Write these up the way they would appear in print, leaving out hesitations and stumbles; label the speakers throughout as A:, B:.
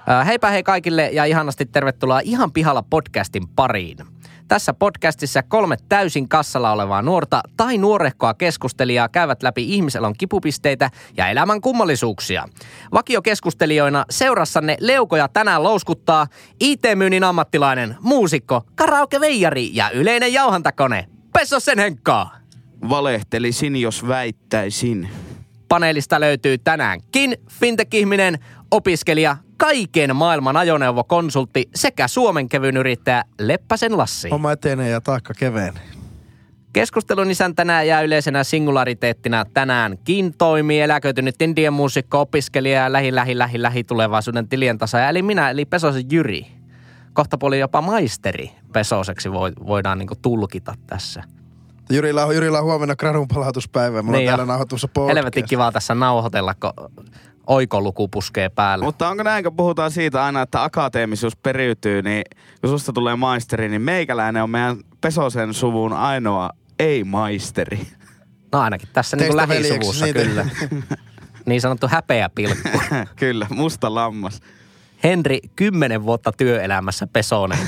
A: Heipä hei kaikille ja ihanasti tervetuloa Ihan pihalla podcastin pariin. Tässä podcastissa 3 täysin kassalla olevaa nuorta tai nuorehkoa keskustelijaa käyvät läpi ihmiselon kipupisteitä ja elämän kummallisuuksia. Vakiokeskustelijoina seurassanne leukoja tänään louskuttaa IT-myynnin ammattilainen, muusikko, karaokeveijari ja yleinen jauhantakone Pesosen Henkka.
B: Valehtelisin, jos väittäisin.
A: Paneelista löytyy tänäänkin fintech-ihminen, opiskelija, kaiken maailman ajoneuvokonsultti sekä Suomen kevyyn yrittäjä Leppäsen Lassi.
C: Homma etenee ja taakka kevenee.
A: Keskustelun isäntänä ja yleisenä singulariteettina tänäänkin toimii eläköitynyt indian muusikko, opiskelija ja lähitulevaisuuden tilientasaaja, eli minä, eli Pesosen Jyri. Kohtapuoli jopa maisteri Pesoseksi voidaan niinku tulkita tässä.
C: Jyrillä on huomenna gradun palautuspäivä. Mulla on täällä nauhoitussa podcast.
A: Helvetin kivaa tässä nauhoitella, kun oikoluku puskee päälle.
B: Mutta onko näin, kun puhutaan siitä aina, että akateemisuus periytyy, niin kun susta tulee maisteri, niin meikäläinen on meidän Pesosen suvun ainoa ei-maisteri.
A: No ainakin tässä niin kuin lähisuvussa kyllä. Niin sanottu häpeäpilkku.
B: Kyllä, musta lammas.
A: Henri, 10 vuotta työelämässä Pesonen.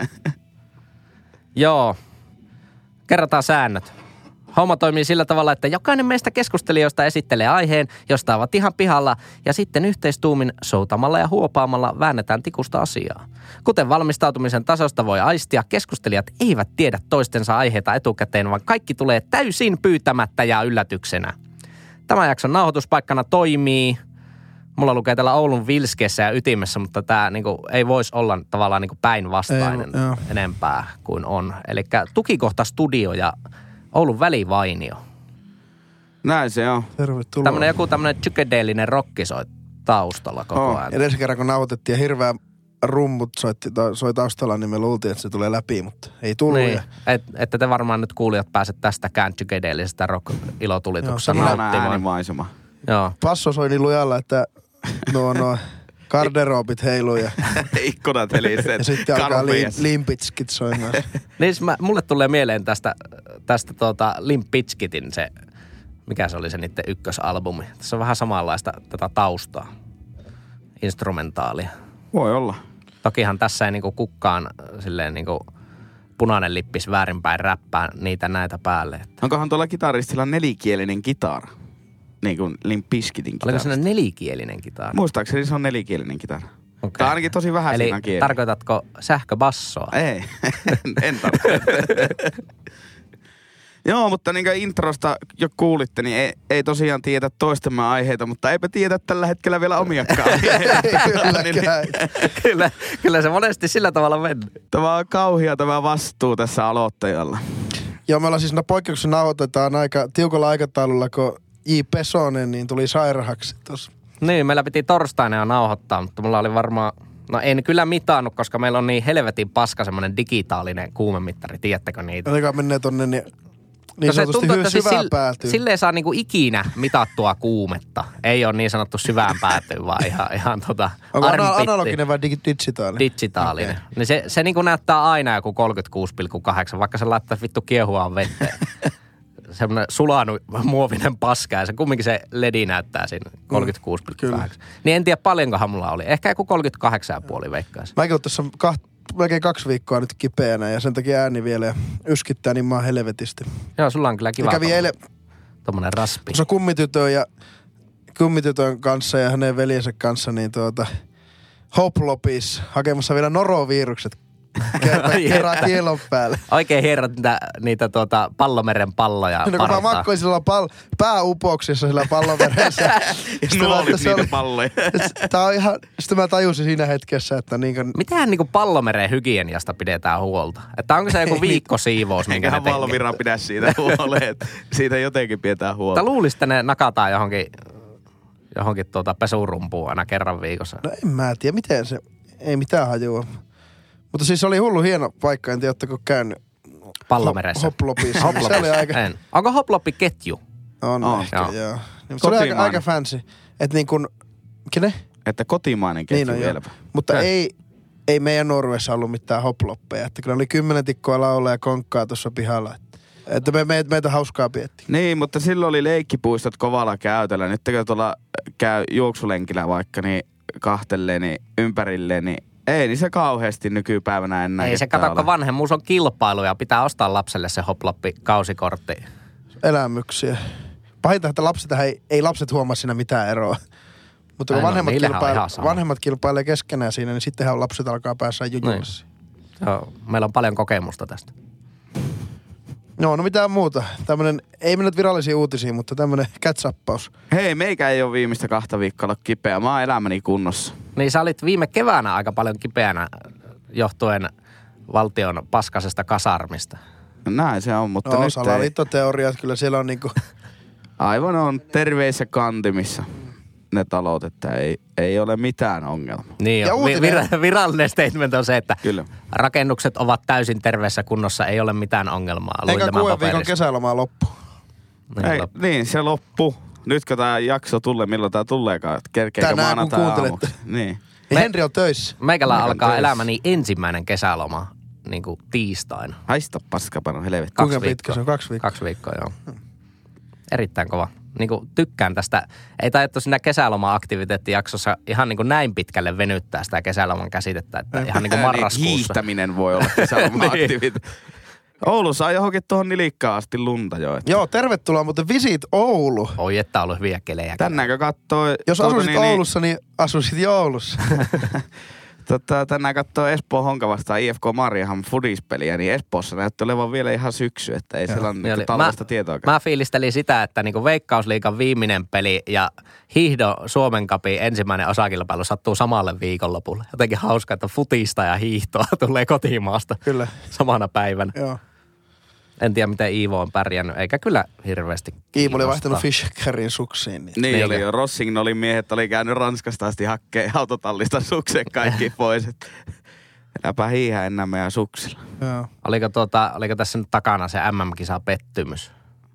A: Joo. Kerrataan säännöt. Homma toimii sillä tavalla, että jokainen meistä keskustelijoista esittelee aiheen, josta ovat ihan pihalla, ja sitten yhteistuumin soutamalla ja huopaamalla väännetään tikusta asiaa. Kuten valmistautumisen tasosta voi aistia, keskustelijat eivät tiedä toistensa aiheita etukäteen, vaan kaikki tulee täysin pyytämättä ja yllätyksenä. Tämän jakson nauhoituspaikkana toimii, mulla lukee täällä Oulun Vilskeessä ja Ytimessä, mutta tämä niinku ei voisi olla tavallaan niinku päinvastainen enempää kuin on. Eli Tukikohta Studio ja Oulun Välivainio.
B: Näin se on.
C: Tervetuloa.
A: Joku tämmönen psykedeellinen rokki soi taustalla koko ajan.
C: Edellisen kerran kun nauhoitettiin ja hirveä rummut soi taustalla, niin me luultiin, että se tulee läpi, mutta ei tullut.
A: Niin, että te varmaan nyt kuulijat pääset tästäkään psykedeellisestä rock-ilotulituksesta
B: nauttimaan.
A: Joo.
C: Passo soi niin lujalla, että no garderoobit heiluu ja
B: ikkunat helisee.
C: Ja sitten alkaa Limp Bizkit soimaan.
A: Niin mulle tulee mieleen tästä Limp Bizkitin se, mikä se oli se niiden ykkösalbumi. Tässä on vähän samanlaista tätä taustaa, instrumentaalia.
B: Voi olla.
A: Tokihan tässä ei niinku kukaan silleen niinku punainen lippis väärinpäin räppää niitä näitä päälle. Että.
B: Onkohan tuolla kitaristilla nelikielinen kitara? Niin kuin Limp Bizkitin kitara.
A: Oliko se nelikielinen kitara?
B: Muistaakseni se on nelikielinen kitara.
A: Okay.
B: Tai ainakin tosi vähän
A: eli
B: siinä kieli.
A: Tarkoitatko sähköbassoa?
B: Ei, en tarkoita. Joo, mutta niin kuin introsta jo kuulitte, niin ei tosiaan tiedä toistemme aiheita, mutta eipä tiedä tällä hetkellä vielä omiakaan aiheita.
A: Kyllä se monesti sillä tavalla mennyt.
B: Tämä on kauhia tämä vastuu tässä aloittajalla.
C: Joo, me ollaan siis poikkeuksessa nauhoitetaan aika tiukalla aikataululla, kun J. Pesonen niin tuli sairaaksi tuossa.
A: Niin, meillä piti torstaina jo nauhoittaa, mutta mulla oli varmaan, no en kyllä mitannut, koska meillä on niin helvetin paska semmoinen digitaalinen kuumemittari, tiedättekö niitä?
C: Joka menee tonne niin sanotusti syvään päätyyn.
A: Sille ei saa niinku ikinä mitattua kuumetta. Ei ole niin sanottu syvään päätyyn, vaan ihan
C: onko analoginen vai digitaalinen?
A: Digitaalinen. Okay. Niin se niinku näyttää aina joku 36,8, vaikka se laittaa vittu kiehuaan vetteen. Semmoinen sulanut muovinen paska ja se kumminkin se ledi näyttää siinä 36,8. Niin en tiedä paljonkohan mulla oli. Ehkä joku 38,5 veikkaisin.
C: Mäkin olen tässä melkein 2 viikkoa nyt kipeänä ja sen takia ääni vielä yskyttää niin maan helvetisti.
A: Joo, sulla on kyllä kiva tommonen raspi.
C: Tuossa kummitytön kanssa ja hänen veljensä kanssa niin Hoplopis hakemassa vielä norovirukset. Kerran kielon päälle.
A: Oikein hierrot niitä pallomeren palloja
C: no, kun mä makkoin sillä pääupoksissa sillä pallomeressä.
B: Ja nuolit niitä palloja.
C: Tää on ihan, sitten mä tajusin siinä hetkessä, että
A: mitähän niinku pallomeren hygieniasta pidetään huolta? Että onko se joku viikkosiivous, minkä ne tekee?
B: Eiköhän Valvira pidä siitä huoleen, että siitä jotenkin pidetään huolta.
A: Mutta luulisin, että ne nakataan johonkin pesurumpuun aina kerran viikossa.
C: No en mä tiedä, miten se, ei mitään hajua. Mutta siis oli hullu hieno paikka, en tiedä, ootteko käynyt
A: Pallomeressä.
C: Hoplopissa. Se oli aika.
A: Onko Hoploppi ketju?
C: On ehkä, joo. Se oli aika fancy. Että niin kuin, kene?
B: Että kotimainen ketju niin vieläpä.
C: Mutta ei meidän Norveessa ollut mitään hoploppeja. Että kyllä oli 10 tikkoa laulaa ja konkkaa tuossa pihalla. Että meitä hauskaa piettiin.
B: Niin, mutta silloin oli leikkipuistot kovalla käytöllä. Nyt kun tuolla käy juoksulenkillä vaikka, niin kahtelleni ympärilleni. Ei niin se kauheasti nykypäivänä enää.
A: Ei se kato, kun vanhemmuus on kilpailu ja pitää ostaa lapselle se hoploppi kausikortti.
C: Elämyksiä. Pahinta, että ei lapset huomaa siinä mitään eroa. Mutta kun vanhemmat kilpailee keskenään siinä, niin sittenhän lapset alkaa päässä jujulassa.
A: Joo, meillä on paljon kokemusta tästä.
C: No mitään muuta. Tämmönen, ei mennä virallisiin uutisiin, mutta tämmönen kätsappaus.
B: Hei, meikä ei ole viimeistä 2 viikkoa ollut kipeä. Mä oon elämäni kunnossa.
A: Niin sä olit viime keväänä aika paljon kipeänä johtuen valtion paskasesta kasarmista.
B: Näin se on, mutta nyt
C: salaliittoteoriat, kyllä siellä on niinku...
B: Aivan on terveissä kantimissa ne talot, että ei ole mitään ongelmaa.
A: Niin jo. Virallinen statement on se, että
B: kyllä.
A: Rakennukset ovat täysin terveessä kunnossa, ei ole mitään ongelmaa.
C: Eikä 6 viikon kesälomaa loppu.
B: Niin, se loppu. Nytkö tää jakso tulee, milloin tää tuleekaan? Kerkeekö maanantai aamuksi? Niin.
C: Henri on töissä.
A: Meikällä alkaa elämäni ensimmäinen kesäloma niin kuin tiistaina.
B: Haista paskapano, helvetti.
C: Kuinka pitkä se on? 2 viikkoa?
A: 2 viikkoa, joo. Erittäin kova. Niin kuin tykkään tästä. Ei taidettu siinä kesäloma-aktiviteettijaksossa ihan niin kuin näin pitkälle venyttää sitä kesäloman käsitettä, että ihan niin kuin marraskuussa.
B: Hiihtäminen voi olla kesäloma-aktiviteetti. Oulussa on johonkin tuohon Nilikkaan asti lunta jo. Että.
C: Joo, tervetuloa muuten Visit Oulu.
A: Oi, että on ollut hyviä kelejä.
B: Tänäänkö kattoo...
C: Jos asuisit Oulussa, niin asuisit jo Oulussa.
B: Tänään katsoo Espoon Honka vastaan IFK Mariehamn fudispeliä, niin Espoossa näytti olevan vielä ihan syksy, että ei siellä ole talvesta tietoakaan.
A: Mä fiilistelin sitä, että niinku Veikkausliigan viimeinen peli ja hiihdo Suomen Cupin ensimmäinen osakilpailu sattuu samalle viikonlopulle. Jotenkin hauska, että futista ja hiihtoa tulee kotimaasta.
C: Kyllä.
A: Samana päivänä.
C: Joo.
A: En tiedä, miten Iivo on pärjännyt, eikä kyllä hirveästi
C: Iivo oli vaihtanut Fischerin suksiin.
B: Niin oli jo. Rossignolin miehet oli käynyt Ranskasta asti hakkeen autotallista sukseen kaikki pois. Enääpä hiihä enää meidän suksilla.
C: Joo.
A: Oliko tässä nyt takana se MM-kisa pettymys?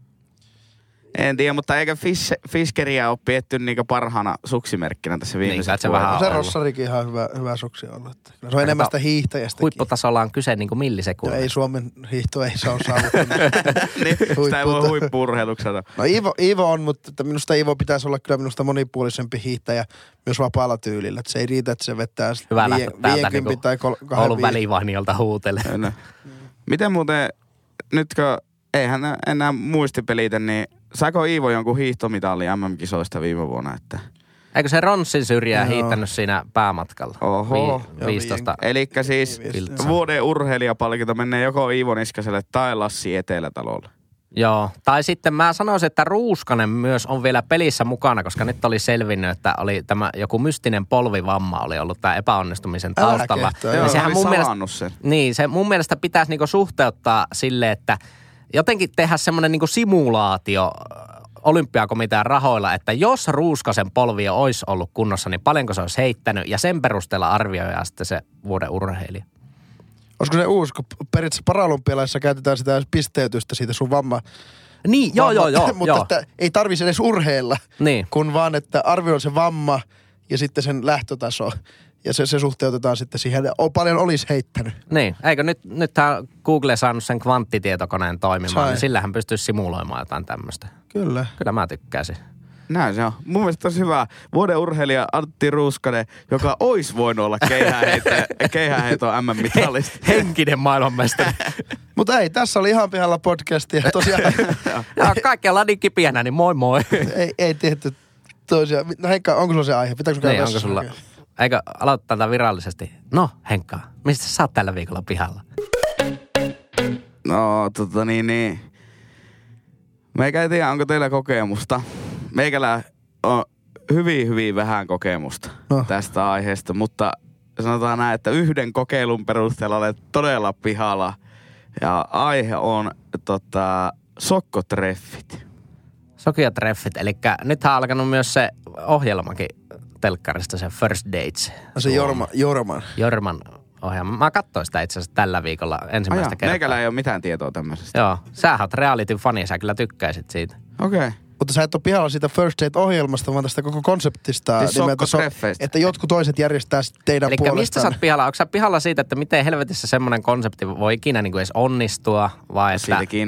B: En tiedä, mutta eikä Fiskeriä ole pietty niinku parhaana suksimerkkinä tässä viimeisessä
C: vuodessa. Se Rossarikin ihan hyvä suksi ollut. Se on enemmän sitä hiihtäjästäkin.
A: Huipputasolla on kyse niinku millisekuntia.
C: Ei Suomen hiihto ei saa saavuttanut.
B: Niin, sitä ei voi huippu-urheiluksena.
C: No Iivo on, mutta minusta Iivo pitäisi olla kyllä minusta monipuolisempi hiihtäjä myös vapaalla tyylillä. Että se ei riitä, että se vettää 50 tai 2
A: Oulun välivainiolta huutelee.
B: Miten muuten, nytkö eihän enää muistipelitä, niin saiko Iivo jonkun hiihtomitalli MM-kisoista viime vuonna? Että...
A: Eikö se Ronssin syrjää hiihtänyt siinä päämatkalla?
B: Oho.
A: 15.
B: Elikkä siis vuoden urheilijapalkinto menee joko Iivo Niskaselle tai Lassi Etelätalolle.
A: Joo, tai sitten mä sanoisin, että Ruuskanen myös on vielä pelissä mukana, koska nyt oli selvinnyt, että oli tämä joku mystinen polvivamma oli ollut tämä epäonnistumisen taustalla.
B: Joo, sehän
A: mun mielestä pitäisi niinku suhteuttaa sille, että jotenkin tehdä semmoinen niinku simulaatio olympiakomitean rahoilla, että jos Ruuskasen polvi olisi ollut kunnossa, niin paljonko se olisi heittänyt ja sen perusteella arvioidaan sitten se vuoden urheilija.
C: Olisiko se uusi, kun periaatteessa paralympialaisissa käytetään sitä pisteytystä siitä sun vamma.
A: Niin, joo.
C: Mutta että ei tarvitse edes urheilla,
A: niin.
C: Kun vaan, että arvioi se vamma ja sitten sen lähtötaso. Ja se suhteutetaan sitten siihen, että paljon olisi heittänyt.
A: Niin, eikö nyt Google saanut sen kvanttitietokoneen toimimaan, niin sillähän pystyisi simuloimaan jotain tämmöistä.
C: Kyllä.
A: Kyllä mä tykkäisin.
B: Näin se on. Mun mielestä tosi hyvä vuoden urheilija Antti Ruuskanen, joka olisi voinut olla keihäänheiton MM-mitallista.
A: Henkinen maailmanmestari.
C: Mutta ei, tässä oli ihan pihalla podcastia. Tosiaan.
A: Ja kaikki ollaan niin kipiänä, niin moi moi.
C: ei tehty toisia. No Henkka, onko sulla se aihe? Pitääkö käydä
A: onko sulla? Eikö aloittaa tätä virallisesti? No Henkka, mistä sä oot tällä viikolla pihalla?
B: No Meikä ei tiedä, onko teillä kokemusta. Meikällä on hyvin vähän kokemusta tästä aiheesta, mutta sanotaan näin, että yhden kokeilun perusteella olet todella pihalla. Ja aihe on sokkotreffit.
A: Sokiatreffit, eli nythän on alkanut myös se ohjelmakin telkkarista, se First Dates.
C: No se
A: Jorman ohjelma. Mä katsoin sitä itse asiassa tällä viikolla ensimmäistä kertaa.
B: Meikällä ei ole mitään tietoa tämmöisestä.
A: Joo, sä oot reality-fani, sä kyllä tykkäisit siitä.
B: Okei. Okay.
C: Mutta sä et ole pihalla siitä First Date-ohjelmasta, vaan tästä koko konseptista.
B: Siis sokkotreffeistä.
C: Että jotkut toiset järjestää teidän puolestaan.
A: Eli mistä sä oot pihalla? Onko sä pihalla siitä, että miten helvetissä semmoinen konsepti voi ikinä niin kuin edes onnistua? Vai
B: siitäkin.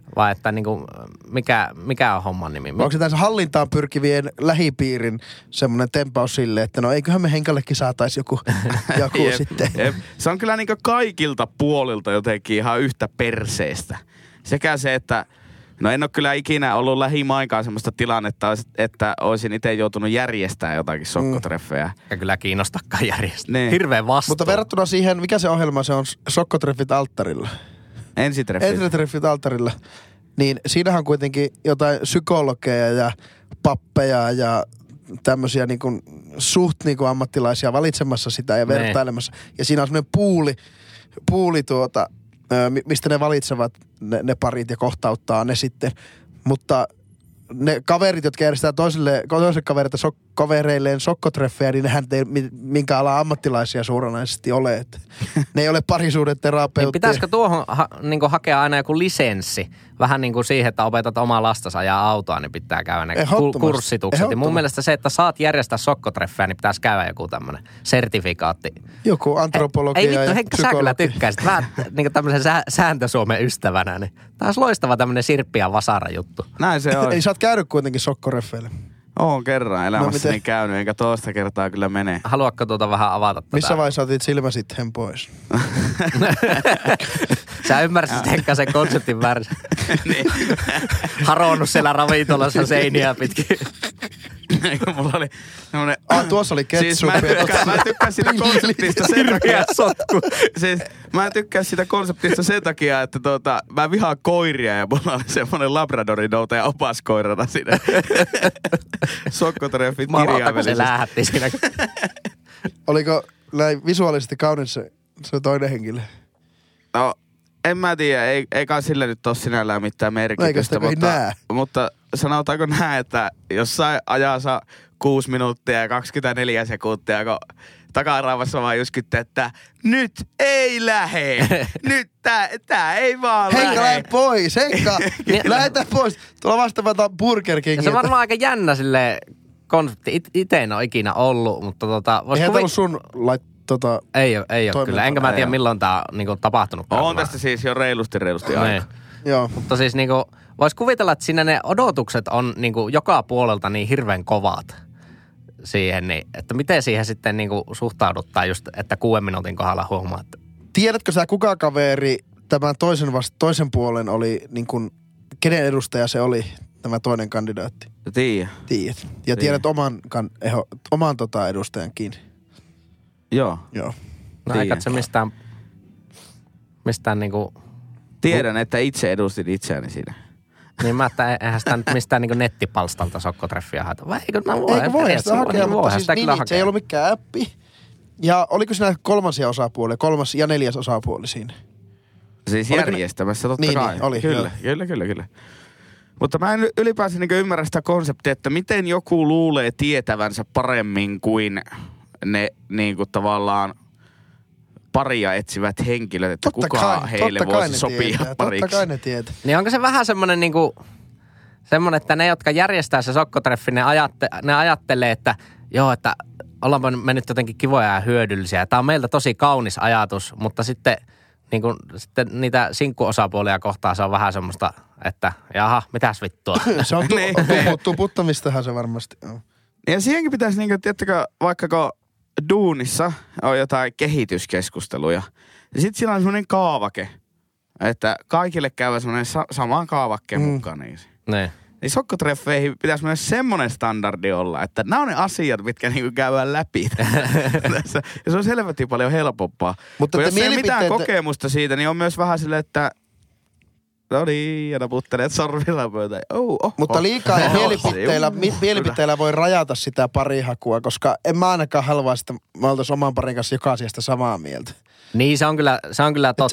A: Vai että niinku, mikä on homman nimi?
C: Onko se tässä hallintaan pyrkivien lähipiirin semmoinen tempaus silleen, että no eiköhän me Henkallekin saataisi joku sitten.
B: Se on kyllä niinku kaikilta puolilta jotenkin ihan yhtä perseestä. Sekä se, että no en ole kyllä ikinä ollut lähimainkaan semmoista tilannetta, että olisin itse joutunut järjestämään jotakin sokkotreffejä.
A: Ja kyllä kiinnostakaan järjestää. Niin. Hirveän vastuu.
C: Mutta verrattuna siihen, mikä se ohjelma se on, Sokkotreffit alttarilla.
B: Ensitreffit
C: alttarilla. Niin siinähän on kuitenkin jotain psykologeja ja pappeja ja tämmöisiä niinku suht niinku ammattilaisia valitsemassa sitä ja vertailemassa. Ja siinä on semmoinen puuli mistä ne valitsevat ne parit ja kohtauttaa ne sitten. Mutta ne kaverit, jotka järjestää toisille kavereilleen sokkotreffejä, niin nehän ei minkään alan ammattilaisia suoranaisesti ole. Että ne ei ole parisuudeterapeutteja.
A: Niin pitäisikö tuohon niinku hakea aina joku lisenssi? Vähän niin kuin siihen, että opetat omaa lastasi ajaa autoa, niin pitää käydä ne kurssitukset. Ja mun mielestä se, että saat järjestää sokkotreffejä, niin pitäisi käydä joku tämmöinen sertifikaatti.
C: Joku antropologia
A: ei vittu,
C: ja
A: Henkka, sä kyllä tykkäisit. Vähän niin tämmöisen sääntösuomen ystävänä. Niin. Tämä olisi loistava tämmöinen sirppi ja vasara juttu.
B: Näin se on.
C: Ei sä oot käynyt kuitenkin sokkoreffeille.
B: Oon kerran elämässäni käynyt, enkä toista kertaa kyllä mene.
A: Haluatko vähän avata tätä?
C: Missä vaiheessa otit silmäsitteen pois?
A: Sä ymmärsit Henkka sen konseptin väärin. Haronnut siellä ravintolassa seiniä pitkin.
B: Mulla oli semmonen...
C: tuossa oli ketsupi.
B: Siis mä tykkään siitä konseptista sen takia... Siis mä tykkään sitä konseptista sen takia, että mä vihaan koiria ja mulla oli semmonen Labradorin noutaja opaskoirana siinä. Sokkotreffit kirjaimellisesti.
A: Se lähetti siinä.
C: Oliko näin visuaalisesti kaunis se toinen henkilö?
B: No, en mä tiedä. Ei kai sille nyt ole sinällään mitään merkitystä. Mutta sanotaanko näin, että jossain ajassa 6 minuuttia ja 24 sekuntia, kun takaraavassa vaan jyskyttää, että nyt ei lähe. Nyt tää ei vaan lähe.
C: Henkka, lähde pois. Henkka, lähetä pois. Tuolla vastaavata Burger Kingiltä.
A: Se on varmaan aika jännä silleen konsepti. Itse en ole ikinä ollut, mutta
C: eihän ollut sun
A: Ei ole kyllä. Enkä mä tiedä milloin tää on niinku tapahtunutkaan.
B: On tästä siis jo reilusti aika.
C: Joo.
A: Mutta siis niinku, vois kuvitella, että siinä ne odotukset on niinku joka puolelta niin hirveän kovat siihen, niin, että miten siihen sitten niinku suhtauduttaa just, että 6 minuutin kohdalla huomaat.
C: Tiedätkö sä, kuka kaveri tämän toisen puolen oli, niin kuin, kenen edustaja se oli, tämä toinen kandidaatti? Tiedät. Ja tiedät oman edustajankin.
B: Joo.
A: No ei katso mistään niinku...
B: Tiedän, että itse edustin itseäni siinä.
A: Niin mä, että eihän sitä nyt mistään niinku nettipalstalta sokkotreffiä haeta. Vai eikö
C: voi sitä hakea, mutta siis se ei ollut mikään appi. Ja oliko siinä kolmas ja 4. osapuoli siinä?
B: Siis järjestämässä totta kai.
C: Niin, oli.
B: Kyllä. Mutta mä en ylipäänsä niinku ymmärrä sitä konseptia, että miten joku luulee tietävänsä paremmin kuin ne niinku tavallaan paria etsivät henkilöt, että kuka heille voisi sopia pariksi.
C: Totta kai ne tietää.
A: Niin onko se vähän semmoinen niinku, semmoinen, että ne, jotka järjestää se sokkotreffi, ne ajattelee, että joo, että ollaanpa me nyt jotenkin kivoja ja hyödyllisiä. Tämä on meiltä tosi kaunis ajatus, mutta sitten, niinku, sitten niitä sinkkuosapuolia kohtaan se on vähän semmoista, että jaha, mitäs vittua.
C: Se on tuputtamistahan se varmasti on.
B: Ja siihenkin pitäisi, niinku, tiettäkö, vaikka duunissa on jotain kehityskeskusteluja. Ja sitten siinä on semmoinen kaavake, että kaikille käyvä semmoinen sama kaavakke mukaan. Niin sokkotreffeihin pitäisi myös semmoinen standardi olla, että nämä on ne asiat, mitkä niinku käydään läpi tässä. Ja se on selvästi paljon helpompaa. Mutta jos ei ole mitään kokemusta siitä, niin on myös vähän silleen, että no niin, ja naputtelet sormilla pöytään.
C: Mutta liikaa mielipiteillä voi rajata sitä parihakua, koska en mä ainakaan halua, että me oltaisiin oman parin kanssa joka asiasta samaa mieltä.
A: Niin, se on kyllä totta.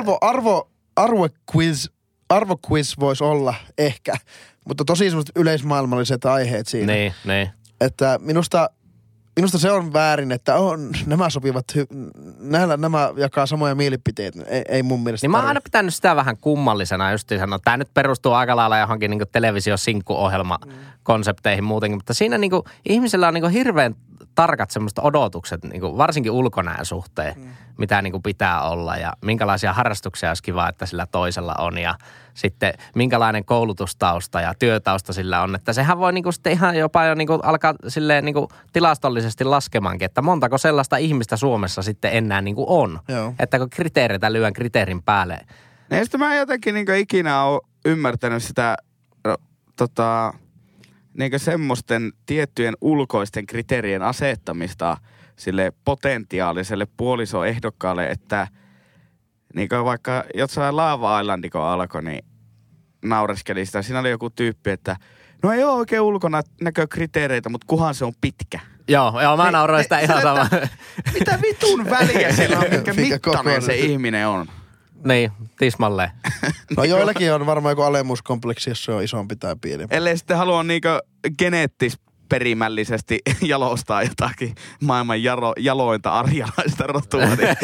C: Että arvoquiz voisi olla ehkä, mutta tosi semmoiset yleismaailmalliset aiheet siinä.
A: Niin.
C: Että minusta se on väärin, että nämä sopivat, nämä jakaa samoja mielipiteitä. Ei mun mielestä.
A: Niin mä oon aina pitänyt sitä vähän kummallisena justiin sanoa. Tää nyt perustuu aika lailla johonkin niinku televisio-sinkkuohjelma-konsepteihin muutenkin, mutta siinä niinku ihmisellä on niinku hirveän tarkat semmoista odotukset, niin kuin varsinkin ulkonäön suhteen, mitä niin kuin pitää olla ja minkälaisia harrastuksia olisi kiva, että sillä toisella on ja sitten minkälainen koulutustausta ja työtausta sillä on. Että sehän voi niin kuin sitten ihan jopa jo niin kuin alkaa silleen niin kuin tilastollisesti laskemaankin, että montako sellaista ihmistä Suomessa sitten enää niin kuin on. Joo. Että kun kriteereitä lyön kriteerin päälle.
B: Ja sitten mä jotenkin niin kuin ikinä ole ymmärtänyt sitä niin kuin semmoisten tiettyjen ulkoisten kriteerien asettamista sille potentiaaliselle puolisoehdokkaalle, että niin kuin vaikka jossain Lava Island, kun alkoi, niin naureskeli sitä. Siinä oli joku tyyppi, että no ei ole oikein ulkonäkökriteereitä, mutta kuhan se on pitkä.
A: Joo, mä nauroin sitä ihan sama.
B: Mitä vitun väliä sillä on, minkä mittainen se ihminen on?
A: Niin, tismalleen.
C: No joillakin on varmaan joku alemuskompleksi, jos se on isompi tai pienempi.
B: Ellei sitten halua niinku geneettisperimällisesti jalostaa jotakin maailman jalointa arjalaista rotua.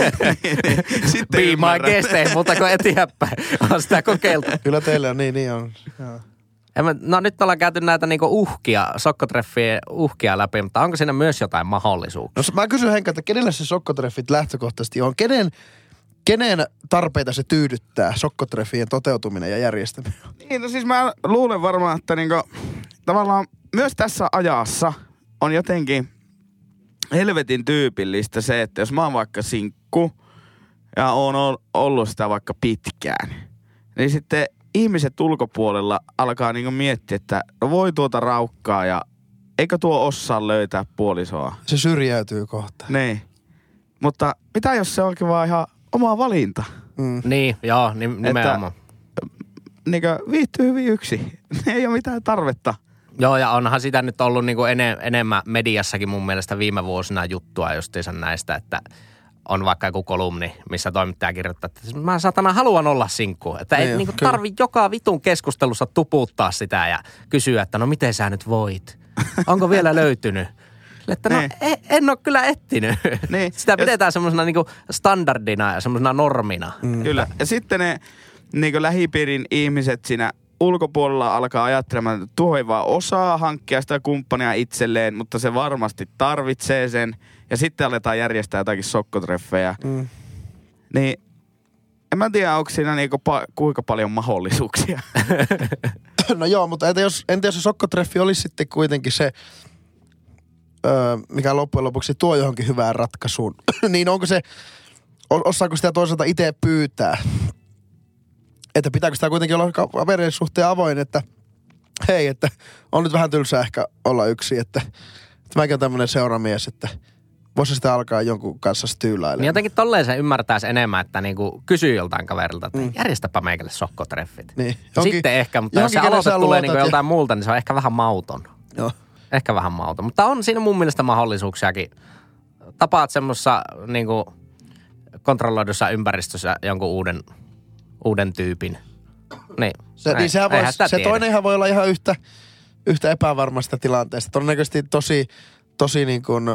A: Be my guest, ei muuta kuin eteenpäin. On sitä kokeiltu.
C: Kyllä teillä on, niin on. Joo.
A: No nyt ollaan käyty näitä niinku uhkia, sokkotreffien uhkia läpi, mutta onko siinä myös jotain mahdollisuuksia?
C: No mä kysyn Henkka, että kenellä se sokkotreffit lähtökohtaisesti on? Kenen tarpeita se tyydyttää, sokkotreffien toteutuminen ja järjestäminen?
B: Niin, no siis mä luulen varmaan, että niinku, tavallaan myös tässä ajassa on jotenkin helvetin tyypillistä se, että jos mä oon vaikka sinkku ja oon ollut sitä vaikka pitkään, niin sitten ihmiset ulkopuolella alkaa niinku miettiä, että no voi tuota raukkaa ja eikö tuo osaa löytää puolisoa.
C: Se syrjäytyy kohta.
B: Niin. Mutta mitä jos se onkin vaan ihan oma valinta?
A: Niin, joo, nimenomaan.
B: Niinkö viihtyy hyvin yksi. Ei ole mitään tarvetta.
A: Joo, ja onhan sitä nyt ollut niinku enemmän mediassakin mun mielestä viime vuosina juttua justiinsa näistä, että on vaikka joku kolumni, missä toimittaja kirjoittaa, että mä saatana haluan olla sinkku. Että ei niinku tarvi joka vitun keskustelussa tuputtaa sitä ja kysyä, että no miten sä nyt voit? Onko vielä löytynyt? Että no en ole kyllä etsinyt. Niin. Sitä pidetään semmoisena niinku standardina ja semmoisena normina.
B: Kyllä. Ja sitten ne niinku lähipiirin ihmiset siinä ulkopuolella alkaa ajattelemaan, että tuo ei vaan osaa hankkia sitä kumppania itselleen, mutta se varmasti tarvitsee sen. Ja sitten aletaan järjestää jotakin sokkotreffejä. Niin en mä tiedä, onko siinä niinku kuinka paljon mahdollisuuksia.
C: No joo, mutta entä jos se sokkotreffi olisi sitten kuitenkin se, mikä loppujen lopuksi tuo johonkin hyvään ratkaisuun. Niin onko se, osaako sitä toisaalta itse pyytää? Että pitääkö sitä kuitenkin olla kaverin suhteen avoin, että hei, että on nyt vähän tylsää ehkä olla yksi, että mäkin on tämmöinen seuramies, että voisi sitä alkaa jonkun kanssa styylailemaan.
A: Niin jotenkin tolleen se ymmärtäisi enemmän, että niinku kysyy joltain kaverilta, että järjestäpä meikälle sokkotreffit. Niin. Sitten ehkä, mutta jos se aloite tulee niinku joltain muulta, niin se on ehkä vähän mauton. Joo. Ehkä vähän mauton. Mutta on siinä mun mielestä mahdollisuuksiakin. Tapaat semmoisessa niinku kontrolloidussa ympäristössä jonkun uuden tyypin. Niin.
C: Se toinenhan voi olla ihan yhtä epävarmasta tilanteesta. Todennäköisesti tosi niin kuin,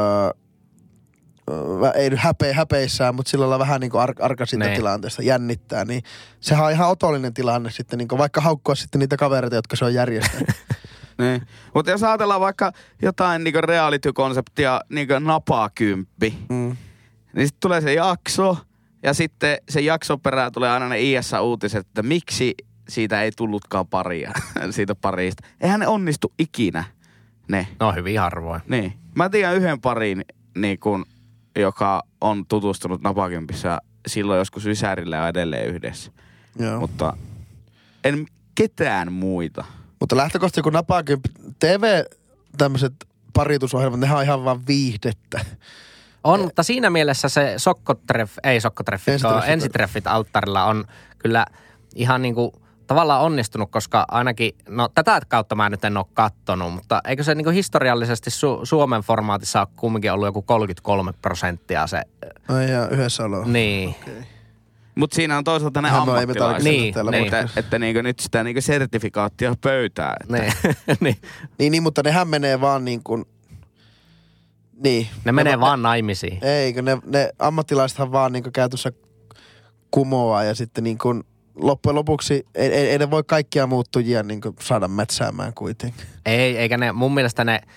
C: ei nyt häpeissään, mutta sillä lailla vähän niin kuin arka siitä tilanteesta jännittää. Niin sehän on ihan otollinen tilanne sitten, niin kuin vaikka haukkua sitten niitä kavereita, jotka se on järjestänyt.
B: Niin. Mutta jos ajatellaan vaikka jotain niinku reality-konseptia, niinku napakymppi, niin sitten tulee se jakso, ja sitten se jakson perään tulee aina ne IS-uutiset, että miksi siitä ei tullutkaan paria, siitä parista. Eihän ne onnistu ikinä, ne.
A: No hyvin harvoin.
B: Niin. Mä tiedän yhden parin, niin kun, joka on tutustunut napakympissä silloin joskus Ysärillä ja edelleen yhdessä. Joo. Mutta en ketään muita.
C: Mutta lähtökohtaisesti kun napakympi, tämmöiset paritusohjelmat, nehän on ihan vaan viihdettä.
A: On, mutta siinä mielessä se ensitreffit alttarilla on kyllä ihan niinku tavallaan onnistunut, koska ainakin, no tätä kautta mä nyt en ole kattonut, mutta eikö se niinku historiallisesti Suomen formaatissa ole kumminkin ollut joku 33% se?
C: Ai ja yhdessä olo.
A: Niin.
B: Okay. Mutta siinä on toisaalta ne ammattilaiset, että niinku nyt sitä niinku sertifikaattia pöytää.
C: Niin, mutta nehän menee vaan niin kuin. Niin.
A: Ne menee vaan naimisiin.
C: Eikö, ne ammattilaisethan vaan niinku käytössä kumoaa ja sitten niinku loppujen lopuksi ei ne voi kaikkia muuttujia niinku saada mätsäämään kuitenkin.
A: Ei, eikä ne, mun mielestä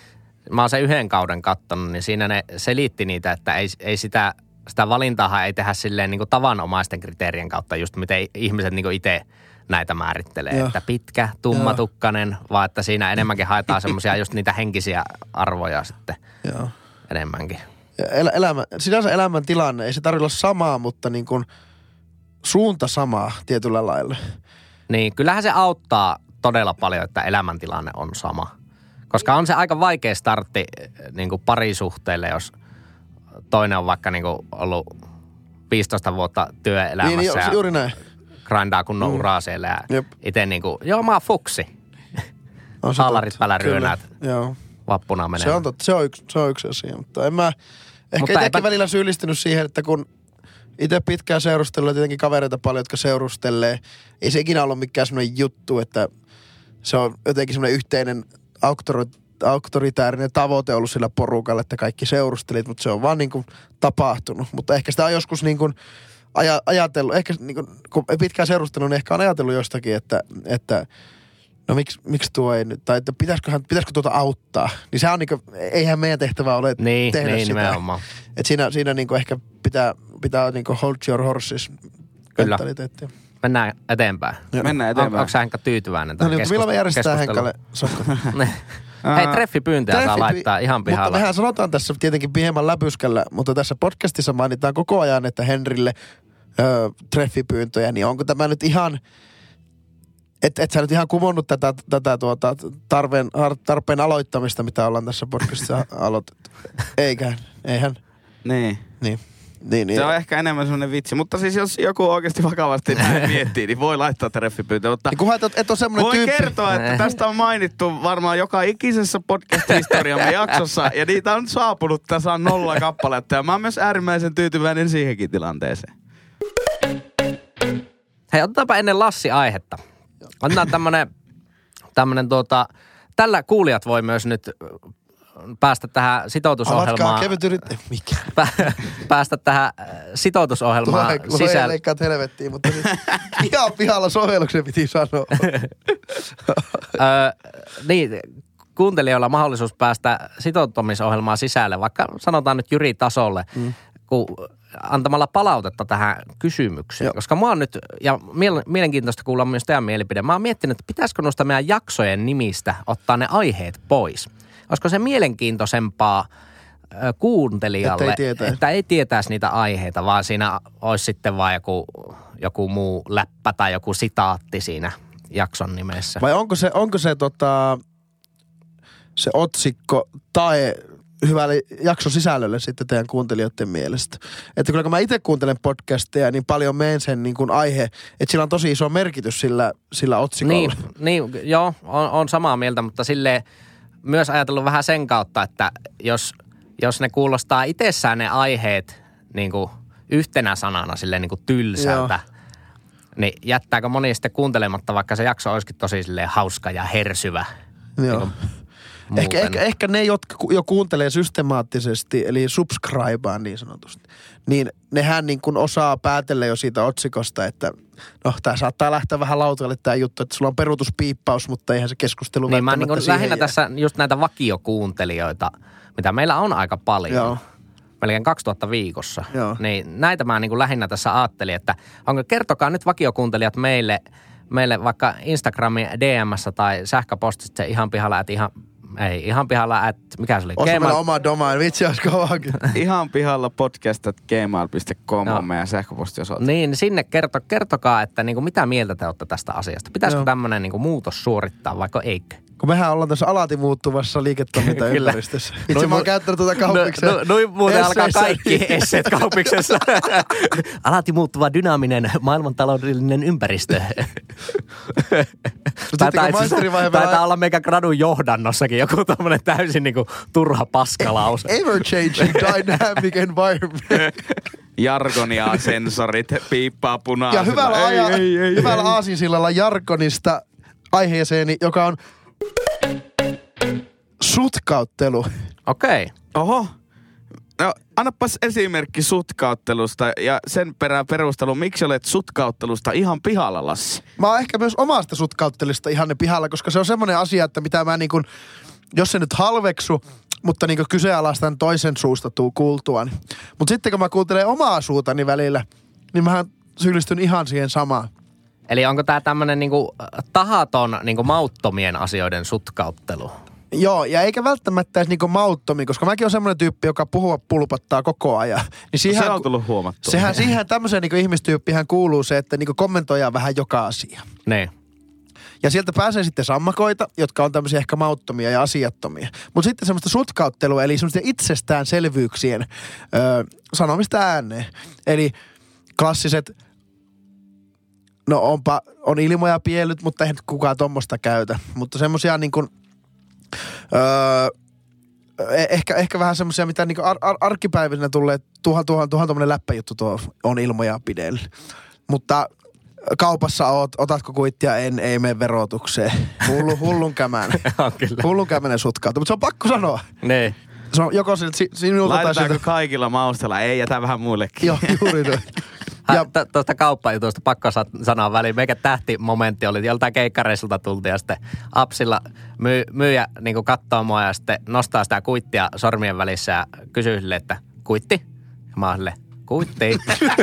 A: mä oon sen yhden kauden kattonut, niin siinä ne selitti niitä, että ei sitä valintaahan ei tehdä silleen niin kuin tavanomaisten kriteerien kautta, just miten ihmiset niin kuin itse näitä määrittelee. Joo. Että pitkä, tummatukkainen, vaan että siinä enemmänkin haetaan semmoisia just niitä henkisiä arvoja sitten enemmänkin.
C: Sinänsä elämän tilanne, ei se tarvitse olla samaa, mutta niin kuin suunta samaa tietyllä lailla.
A: Niin, kyllähän se auttaa todella paljon, että elämäntilanne on sama. Koska on se aika vaikea startti niin kuin parisuhteelle, jos toinen on vaikka niin kuin ollut 15 vuotta työelämässä
C: niin, juuri näin.
A: Grindaa kunnon uraa siellä ja itse niin kuin, mä oon fuksi. Haalarit päällä ryönät. Vappuna menee.
C: Se on totta, se on yksi asia, mutta en mä ehkä itsekin välillä syyllistynyt siihen, että kun itse pitkään seurustellut ja tietenkin kavereita paljon, jotka seurustelee, ei se ikinä ollut mikään semmoinen juttu, että se on jotenkin semmoinen yhteinen auktoritäärinen tavoite ollut sillä porukalla, että kaikki seurustelit, mutta se on vaan niin kuin tapahtunut. Mutta ehkä sitä on joskus niin kuin ajatellut, ehkä niin kuin, kun pitkään seurustellut, niin ehkä on ajatellut jostakin, että no miksi tuo ei nyt, tai että pitäisikö tuota auttaa. Niin sehän on niinku, eihän meidän tehtävä ole tehdä sitä.
A: Nimenomaan.
C: Että siinä niinku ehkä pitää niinku hold your horses.
A: Kyllä. Mennään eteenpäin.
B: Mennään eteenpäin.
A: Onko sä Henkka tyytyväinen tähän keskusteluun?
C: Milloin me järjestetään Henkalle sokko?
A: Hei, treffipyyntöjä saa laittaa ihan pihalla.
C: Mutta mehän sanotaan tässä tietenkin hieman läpyskällä, mutta tässä podcastissa mainitaan koko ajan, että Henrille treffipyyntöjä, niin onko tämä nyt ihan... Et sä nyt ihan kuvonnut tätä tarpeen aloittamista, mitä ollaan tässä podcastissa aloitettu. Eihän.
B: Niin.
C: Niin.
B: Se on ehkä enemmän semmoinen vitsi. Mutta siis jos joku oikeasti vakavasti näin miettii, niin voi laittaa treffipyyntöä. Mutta
C: niin et ole semmoinen tyyppi.
B: Voi kertoa, että tästä on mainittu varmaan joka ikisessä podcast-historiamme jaksossa. Ja niitä on saapunut, tässä on 0 kappaletta. Ja mä oon myös äärimmäisen tyytyväinen siihenkin tilanteeseen.
A: Hei, otetaanpa ennen Lassi-aihetta. Otetaan tämmönen tällä kuulijat voi myös nyt päästä tähän sitoutusohjelmaan.
C: Mikä?
A: Päästä tähän sitoutusohjelmaan sisälle.
C: Tulee leikkaat helvettiin, mutta siis ihan pihalla sovelluksen piti sanoa.
A: Niin, kuuntelijoilla on mahdollisuus päästä sitoutumisohjelmaan sisälle, vaikka sanotaan nyt Jyri-tasolle, kun antamalla palautetta tähän kysymykseen. Joo. Koska mä oon nyt, ja mielenkiintoista kuulla myös teidän mielipide, mä oon miettinyt, että pitäisikö noista meidän jaksojen nimistä ottaa ne aiheet pois. Olisiko se mielenkiintoisempaa kuuntelijalle, että ei tietäisi niitä aiheita, vaan siinä olisi sitten vaan joku muu läppä tai joku sitaatti siinä jakson nimessä.
C: Vai onko se otsikko tai hyvälle jakson sisällölle sitten teidän kuuntelijoiden mielestä? Että kun mä itse kuuntelen podcasteja, niin paljon menen sen niin kuin aihe, että sillä on tosi iso merkitys sillä otsikolla.
A: Niin joo, on samaa mieltä, mutta silleen myös ajatellut vähän sen kautta, että jos ne kuulostaa itsessään ne aiheet niin kuin yhtenä sanana silleen niin kuin tylsältä, niin jättääkö moni sitten kuuntelematta, vaikka se jakso olisikin tosi silleen hauska ja hersyvä.
C: Joo. Niin ehkä ne, jotka jo kuuntelee systemaattisesti, eli subscribea niin sanotusti, niin nehän niin kuin osaa päätellä jo siitä otsikosta, että no tää saattaa lähteä vähän lautalle tää juttu, että sulla on peruutuspiippaus, mutta eihän se keskustelu
A: niin
C: välttämättä
A: mä niin lähinnä tässä just näitä vakiokuuntelijoita, mitä meillä on aika paljon. Joo. Melkein 2000 viikossa. Joo. Niin näitä mä niin kuin lähinnä tässä ajattelin, että kertokaa nyt vakiokuuntelijat meille vaikka Instagramin DM:ssä tai sähköpostissa se ihan pihalla, ihan pihalla, mikä se oli?
C: Osa meillä oma domain, vitsi olisi kovaankin.
B: Ihan pihalla podcast@gmail.com on meidän sähköpostiosoite.
A: Niin, sinne kertokaa, että niinku, mitä mieltä te olette tästä asiasta. Pitäisikö tämmöinen niinku muutos suorittaa, vaikka eikö?
C: Kun mehän ollaan tässä alati muuttuvassa liiketoimintaympäristössä. Itse mä oon käyttänyt tuota kaupikseen.
A: Noin muuten alkaa kaikki esseet kaupiksessa. Alati muuttuva dynaaminen maailmantaloudellinen ympäristö. Taitaa olla meikä gradun johdannossakin joku tommonen täysin niinku turha paskalause.
C: Ever changing dynamic environment.
B: Jargonia, sensorit, piippaa punaisella.
C: Ja hyvällä aasinsillalla jargonista aiheeseeni, joka on sutkauttelu.
A: Okei.
B: Oho. No, annapas esimerkki sutkauttelusta ja sen perään perustelu, miksi olet sutkauttelusta ihan pihalla, Lassi?
C: Mä oon ehkä myös omasta sutkauttelusta ihan ne pihalla, koska se on semmoinen asia, että mitä mä niin kuin, jos se nyt halveksu, mutta niin kyseenalaistan toisen suusta kuultuani. Mutta sitten kun mä kuuntelen omaa suutani välillä, niin mähän syyllistyn ihan siihen samaan.
A: Eli onko tää tämmönen niinku tahaton niinku mauttomien asioiden sutkauttelu?
C: Joo, ja eikä välttämättä edes niinku mauttomi, koska mäkin olen semmoinen tyyppi, joka puhua pulpattaa koko ajan. Niin
B: se on tullut huomattua.
C: Siihen tämmöiseen niinku ihmistyyppihän kuuluu se, että niinku kommentoidaan vähän joka asia.
A: Niin.
C: Ja sieltä pääsee sitten sammakoita, jotka on tämmöisiä ehkä mauttomia ja asiattomia. Mutta sitten semmoista sutkauttelua, eli semmoista itsestäänselvyyksien sanomista ääneen. Eli klassiset, no on ilmoja piellyt, mutta eihän kukaan tommoista käytä. Mutta semmoisia niin kuin, ehkä vähän semmoisia, mitä niin kuin arkipäivinä tulee, tuhan tommonen läppäjuttu tuo on ilmoja pidellä. Mutta kaupassa otatko kuittia? Ei mene verotukseen. Hullun kämään. Hullun kämänen sutkautu, mutta se on pakko sanoa.
A: Niin.
C: Se on joko sinulta tai
B: laitetaanko kaikilla maustella? Ei, jätä vähän muillekin.
C: Joo, juuri noin.
A: Tuosta kauppajutusta pakko sanoa väliin. Meikä tähtimomentti oli, joltain keikkareissulta tultiin ja sitten apsilla myyjä niin katsoo mua ja sitten nostaa sitä kuittia sormien välissä ja kysyy sille, että kuitti? Ja mä oon silleen, kuitti.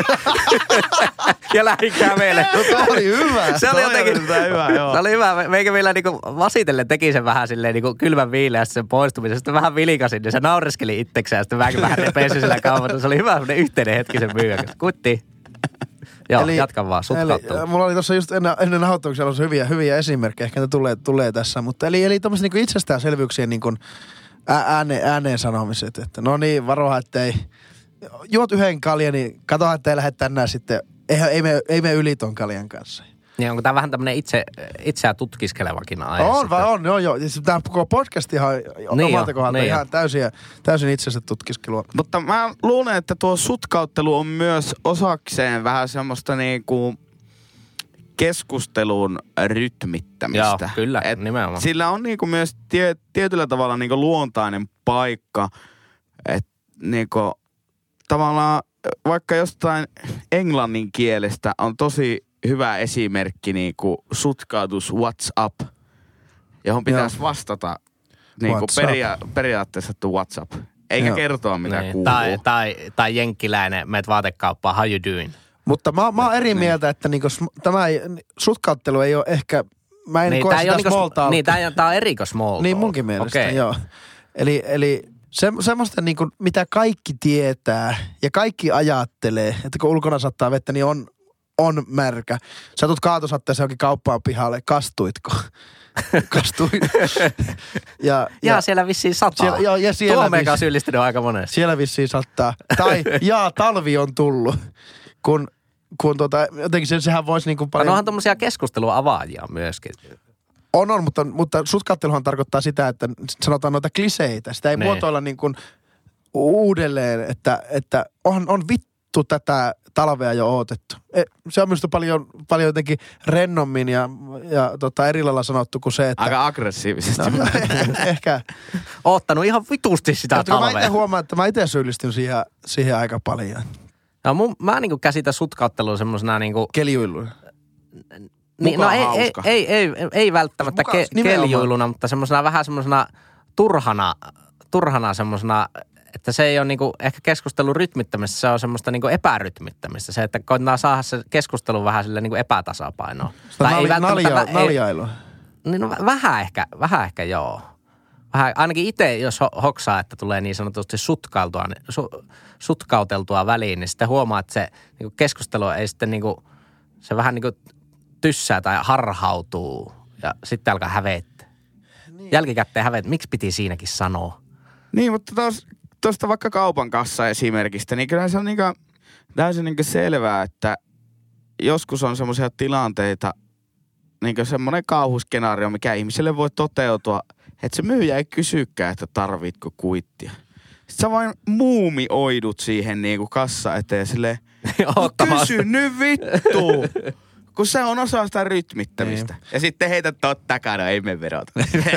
A: Ja lähdin kävelemään.
C: No toi oli hyvä.
A: Se oli jotenkin,
B: hyvä, joo.
A: Se oli hyvä. Meikä vielä niinku vasitellen teki sen vähän silleen niinku kylmän viileästi sen poistumisen. Sitten vähän vilikasin ja se naureskeli itsekseen ja sitten mäkin vähän repesin sillä kaupassa. Se oli hyvä semmoinen yhteinen hetki sen myyjän kanssa. Kuitti. Joo, eli, jatka vaan, sutkauttelu.
C: Mulla oli tuossa just ennen nauhoituksia hyviä esimerkkejä, ehkä ne tulee tässä. Mutta eli tommoset niinku itsestäänselvyyksien niinku ääneen sanomiset. Että no niin, varoa, ettei juot yhden kaljan, niin katsotaan, että ei lähde tänään sitten, ei me yli ton kaljan kanssa.
A: Niin onko tämä vähän tämmöinen itseä tutkiskelevakin aihe?
C: On, joo. Tämä koko podcastihan on niin omalta kohdalta niin ihan täysin itsensä tutkiskelua.
B: Mutta mä luulen, että tuo sutkauttelu on myös osakseen vähän semmoista niinku keskustelun rytmittämistä.
A: Joo, kyllä, nimenomaan.
B: Sillä on niinku myös tietyllä tavalla niinku luontainen paikka, että niinku tavallaan vaikka jostain englannin kielestä on tosi hyvä esimerkki niinku sutkautus WhatsApp, johon pitäisi vastata niinku periaatteessa WhatsApp. Eikä kertoa mitä
A: niin,
B: kuuluu.
A: Tai jenkkiläinen, meet vaatekauppaan, how you doing?
C: Mutta mä oon eri mieltä, että niinku tämä sutkauttelu ei ole ehkä, mä en koe sitä small talk.
A: Niin, tää on eriko small talk.
C: Niin munkin mielestä, joo. Eli semmoista niinku, mitä kaikki tietää ja kaikki ajattelee, että kun ulkona sattaa vettä, niin on märkä. Sä tulet kaatosatteessa johonkin kauppaan pihalle, kastuitko? Kastuin.
A: ja siellä vissiin sataa. Tuomeen kanssa syyllistynyt aika monesti.
C: Siellä vissiin sattaa. Tai talvi on tullut. Kun jotenkin sehän voisi niinku paljon.
A: No onhan tommosia keskusteluavaajia myöskin.
C: On, mutta sutkatteluhan tarkoittaa sitä, että sanotaan noita kliseitä. Sitä ei muotoilla niin kuin uudelleen, että on vittu tätä talvea jo odotettu. Se on minusta paljon jotenkin rennommin ja eri lailla sanottu kuin se, että
B: aika aggressiivisesti.
C: No, ehkä.
A: Oottanut ihan vitusti sitä talvea.
C: Mä itse huomaan, että mä itse syyllistyn siihen aika paljon.
A: No mä niinku käsitän sutkauttelua semmosena niinku
C: keljuiluna.
A: Niin, no ei välttämättä keljuiluna, mutta semmoisena vähän semmoisena turhana semmoisena, että se ei ole niinku ehkä keskustelun rytmittämistä, se on semmoista niinku epärytmittämistä. Se, että koitetaan saada se keskustelu vähän sille niinku epätasapainoon.
C: Naljailua.
A: Niin no vähän ehkä joo. Vähän, ainakin itse, jos hoksaa, että tulee niin sanotusti sutkauteltua väliin, niin sitten huomaa, että se niinku keskustelu ei sitten niinku, se vähän niinku tyssää tai harhautuu ja sitten alkaa hävettää. Niin. Jälkikäteen hävettää. Miksi piti siinäkin sanoa?
B: Niin, mutta tuosta vaikka kaupan kassa esimerkistä, niin kyllä se on niinku täysin niinku selvää, että joskus on semmoisia tilanteita, niinku semmoinen kauhuskenaario, mikä ihmiselle voi toteutua, että se myyjä ei kysykään, että tarvitko kuittia. Sitten sä vain muumioidut siihen niinku kassa eteen silleen, kysy nyt vittu! Kun se on osa sitä rytmittämistä. Niin. Ja sitten heitä totta kai, no ei me verota.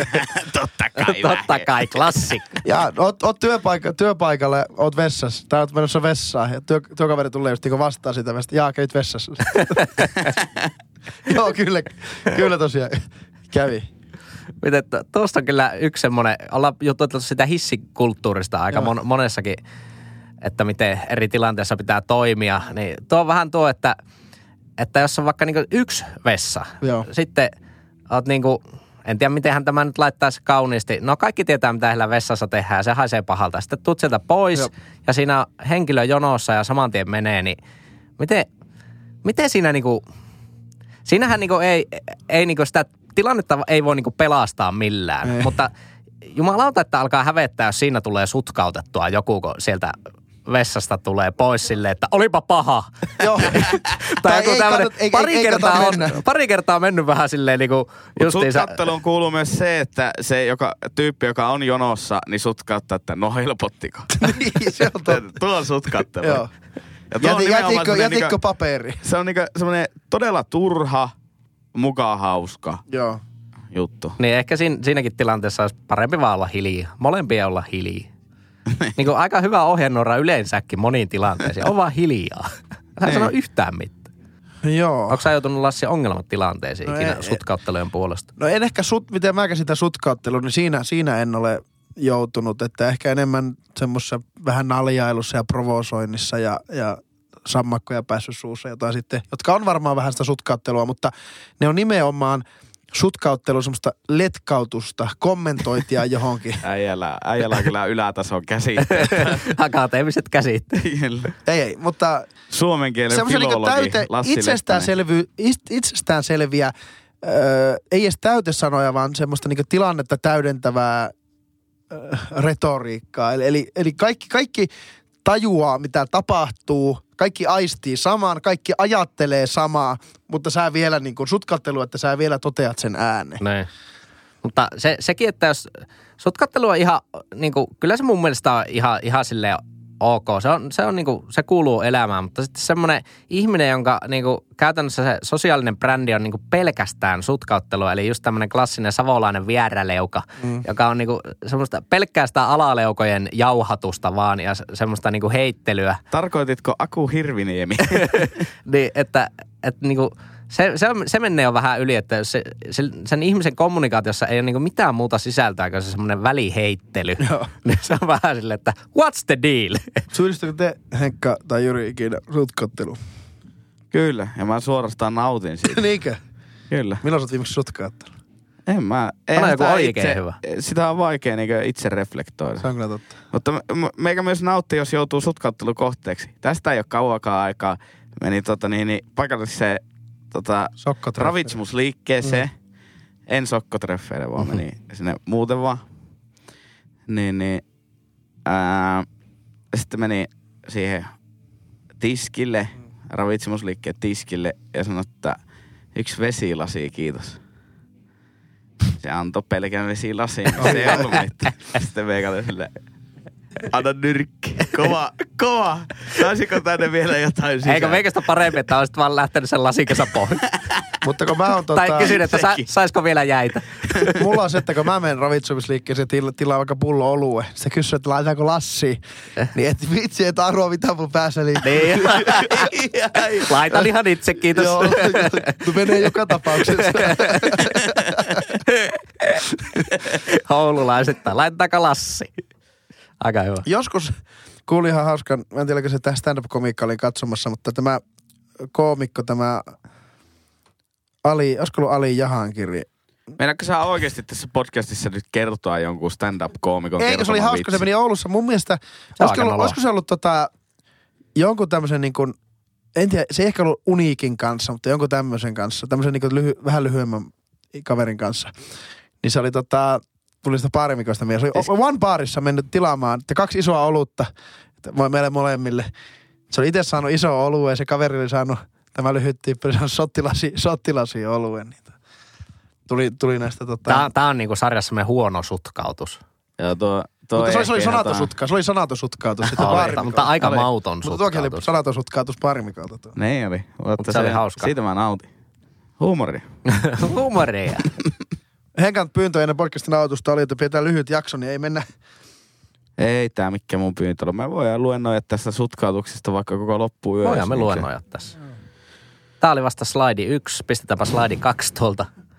B: Totta kai, klassikko.
C: Ja oot työpaikalle, oot vessassa, tai oot menossa vessaan, ja työkaveri tulee just vastaan sitä vessasta. Jaa, kävit vessassa. Joo, kyllä tosiaan kävi.
A: tuossa on kyllä yksi semmoinen, ollaan juteltu sitä hissikulttuurista aika monessakin, että miten eri tilanteissa pitää toimia. Niin tuo on vähän tuo, että jos on vaikka niinku yksi vessa, sitten oot niinku, en tiedä mitenhän tämä nyt laittaisi kauniisti. No kaikki tietää, mitä heillä vessassa tehdään ja se haisee pahalta. Sitten tuut sieltä pois ja siinä on henkilö jonossa ja saman tien menee, niin miten siinä niinku, siinähän niinku ei niinku sitä tilannetta ei voi niinku pelastaa millään, mutta jumalauta, että alkaa hävettää, jos siinä tulee sutkautettua joku, kun sieltä vessasta tulee pois silleen, että olipa paha.
C: Joo.
A: Tai joku tämmöinen, pari kertaa mennyt vähän silleen niinku justiinsa.
B: Sutkatteluun kuuluu myös se, että se tyyppi, joka on jonossa, niin sutkauttaa, että no helpottiko.
C: Niin, se on totta.
B: Tuo on sutkattelu.
C: Joo. Jätitkö paperi?
B: Se on niinku semmoinen todella turha, mukaan hauska juttu.
A: Niin ehkä siinäkin tilanteessa olisi parempi vaan olla hiljaa. Molempia olla hiljaa. Niin kuin aika hyvä ohjenuora yleensäkin moniin tilanteisiin. On vaan hiljaa. Älä sano yhtään mitään.
C: Joo.
A: Onko sä joutunut Lassi ongelmatilanteisiin ikinä sutkauttelujen puolesta?
C: No en ehkä miten mä käsitän sutkauttelua, niin siinä en ole joutunut. Että ehkä enemmän semmoisessa vähän naljailussa ja provosoinnissa ja sammakkoja päässyt suussa jotain sitten, jotka on varmaan vähän sitä sutkauttelua, mutta ne on nimenomaan sutkauttelu, semmoista letkautusta, kommentointia johonkin.
B: Äijällä on kyllä ylätason käsitteet.
C: Akateemiset käsitteet. Ei, mutta
B: suomen kielen filologi Lassi
C: itsestään selviä, ei edes täytesanoja, vaan semmoista niinku tilannetta täydentävää retoriikkaa. Eli kaikki tajuaa, mitä tapahtuu, kaikki aistii samaan, kaikki ajattelee samaa, mutta sä vielä niin kuin sutkattelu, että sä vielä toteat sen ääneen.
A: Näin. Mutta sekin, että jos sutkattelu on ihan, niin kuin, kyllä se mun mielestä on ihan silleen ok. Se on niin kuin, se kuuluu elämään, mutta sitten semmoinen ihminen, jonka niin kuin, käytännössä se sosiaalinen brändi on niin kuin pelkästään sutkauttelua, eli just tämmöinen klassinen savolainen vieräleuka, joka on niin kuin, semmoista pelkkää sitä alaleukojen jauhatusta vaan ja semmoista niin kuin heittelyä.
B: Tarkoititko Aku Hirviniemi?
A: Niin, että niin kuin, se menee jo vähän yli, että sen ihmisen kommunikaatiossa ei ole niinku mitään muuta sisältöä kuin se semmoinen väliheittely. Niin se on vähän silleen, että what's the deal?
C: Syyllistyykö te, Henkka tai Jyri, ikinä sutkauttelu?
B: Kyllä, ja mä suorastaan nautin siitä.
C: Niinkö?
B: Kyllä.
C: Milloin sä oot viimeksi sutkauttelu?
B: En mä.
A: Anna joku oikein hyvä.
B: Sitä on vaikea niinku itse reflektoida.
C: Se on kyllä totta.
B: Mutta meikä myös nauttii, jos joutuu sutkauttelukohteeksi. Tästä ei ole kauakaan aikaa. Meni paikalliseen ravitsemusliikkeeseen. En sokkotreffeille, vaan meni sinne muuten vaan. Sitten meni siihen tiskille, ravitsemusliikkeen tiskille ja sanoi, että 1 vesilasi, kiitos. Se antoi pelkän vesilasiin, se ei ollut mitään. Sitten meikalle silleen, anna nyrkki. Kova. Saisiko tänne vielä jotain sisään?
A: Eikö meikästä parempi, että olisit vaan lähtenyt sen lasinkensa pois?
C: Mutta kun mä oon
A: Tai kysyn, että saisiko vielä jäitä?
C: Mulla on se, että kun mä menen ravitsemisliikkeeseen tilaan vaikka pullo olue, se kysyy, että laitetaanko lassia, niin et vitsi, et arvoa mitä mun päässä liikkuu.
A: Niin. Laitan ihan itse, kiitos.
C: Joo, menee joka tapauksessa.
A: Oululaisittain, laitetaanko lassi? Aika hyvä.
C: Joskus kuulin ihan hauskan, mä en tiedä, se tämä stand-up-komiikka olin katsomassa, mutta tämä koomikko, tämä olisiko ollut Ali Jahangiri?
B: Meinaatko sä oikeasti tässä podcastissa nyt kertoa jonkun stand-up-koomikon kertoman
C: Eikö se oli hauska,
B: vitsi?
C: se meni Oulussa. Mun mielestä, olisiko se ollut jonkun tämmöisen niin kuin, en tiedä, se ei ehkä ollut Uniikin kanssa, mutta jonkun tämmöisen kanssa, tämmöisen niin kuin vähän lyhyemmän kaverin kanssa. Niin se oli tuli sitä baarimikoista mielessä. Se oli One Barissa mennyt tilaamaan, että 2 isoa olutta meille molemmille. Se oli itse saanut iso olue ja se kaveri oli saanut, tämä lyhyt tyyppi, oli saanut sottilasi oluen. Tuli näistä
A: Tää on niinku sarjassamme huono sutkautus.
B: Joo,
C: mutta se oli sanatosutkautus. Se oli sanatosutkautus.
A: Mutta aika mauton
C: sutkautus.
A: sutkautus.
C: Mutta toki oli sanatosutkautus baarimikolta.
B: Niin oli.
A: Mutta se oli hauska.
B: Siitä mä nautin. Huumoria.
A: Huumoria.
C: Henkan pyyntö ennen podcastin aloitusta oli, että pidetään lyhyt jakso, niin ei mennä.
B: Ei tää mikään mun pyyntö ole. Me voidaan luennoida tästä sutkautuksesta vaikka koko loppuyö.
A: Voidaan me luennoida tässä. Tää oli vasta slaidi 1. Pistetäänpä slaidi 2 tuolta.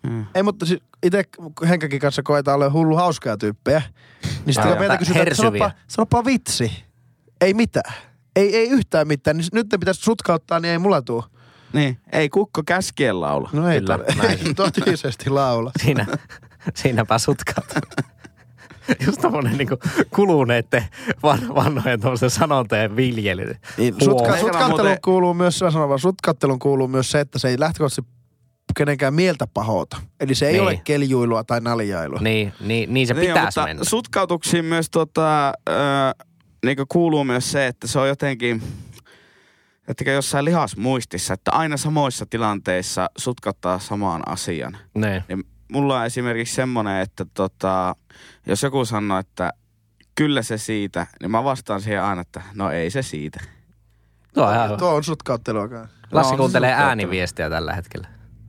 C: Ei, mutta itse Henkäkin kanssa koetaan olla hullu hauskaa tyyppejä. Niin sitten meitä kysytään, että sanoppa vitsi. Ei mitään. Ei yhtään mitään. Niin nyt ne pitäisi sutkauttaa, niin ei mulla tuu.
B: Niin, ei kukko käskien laula.
C: No ei totisesti laula.
A: Siinäpä sutkauttaa. Just tommonen niinku kuluneitten vanhojen tommosen sanonteen viljely.
C: Niin, sutkautteluun kuuluu myös se, että se ei lähtökohtaisesti kenenkään mieltä pahoita. Eli se ei ole keljuilua tai naljailua.
A: Niin se pitäisi mennä.
B: Sutkautuksiin myös niinku kuuluu myös se, että se on jotenkin, että jossain lihasmuistissa, että aina samoissa tilanteissa sutkauttaa samaan asian. Niin mulla on esimerkiksi semmoinen, että jos joku sanoo, että kyllä se siitä, niin mä vastaan siihen aina, että no ei se siitä.
C: Tuo on sutkauttelua.
A: Lassi kuuntelee ääniviestiä tällä hetkellä.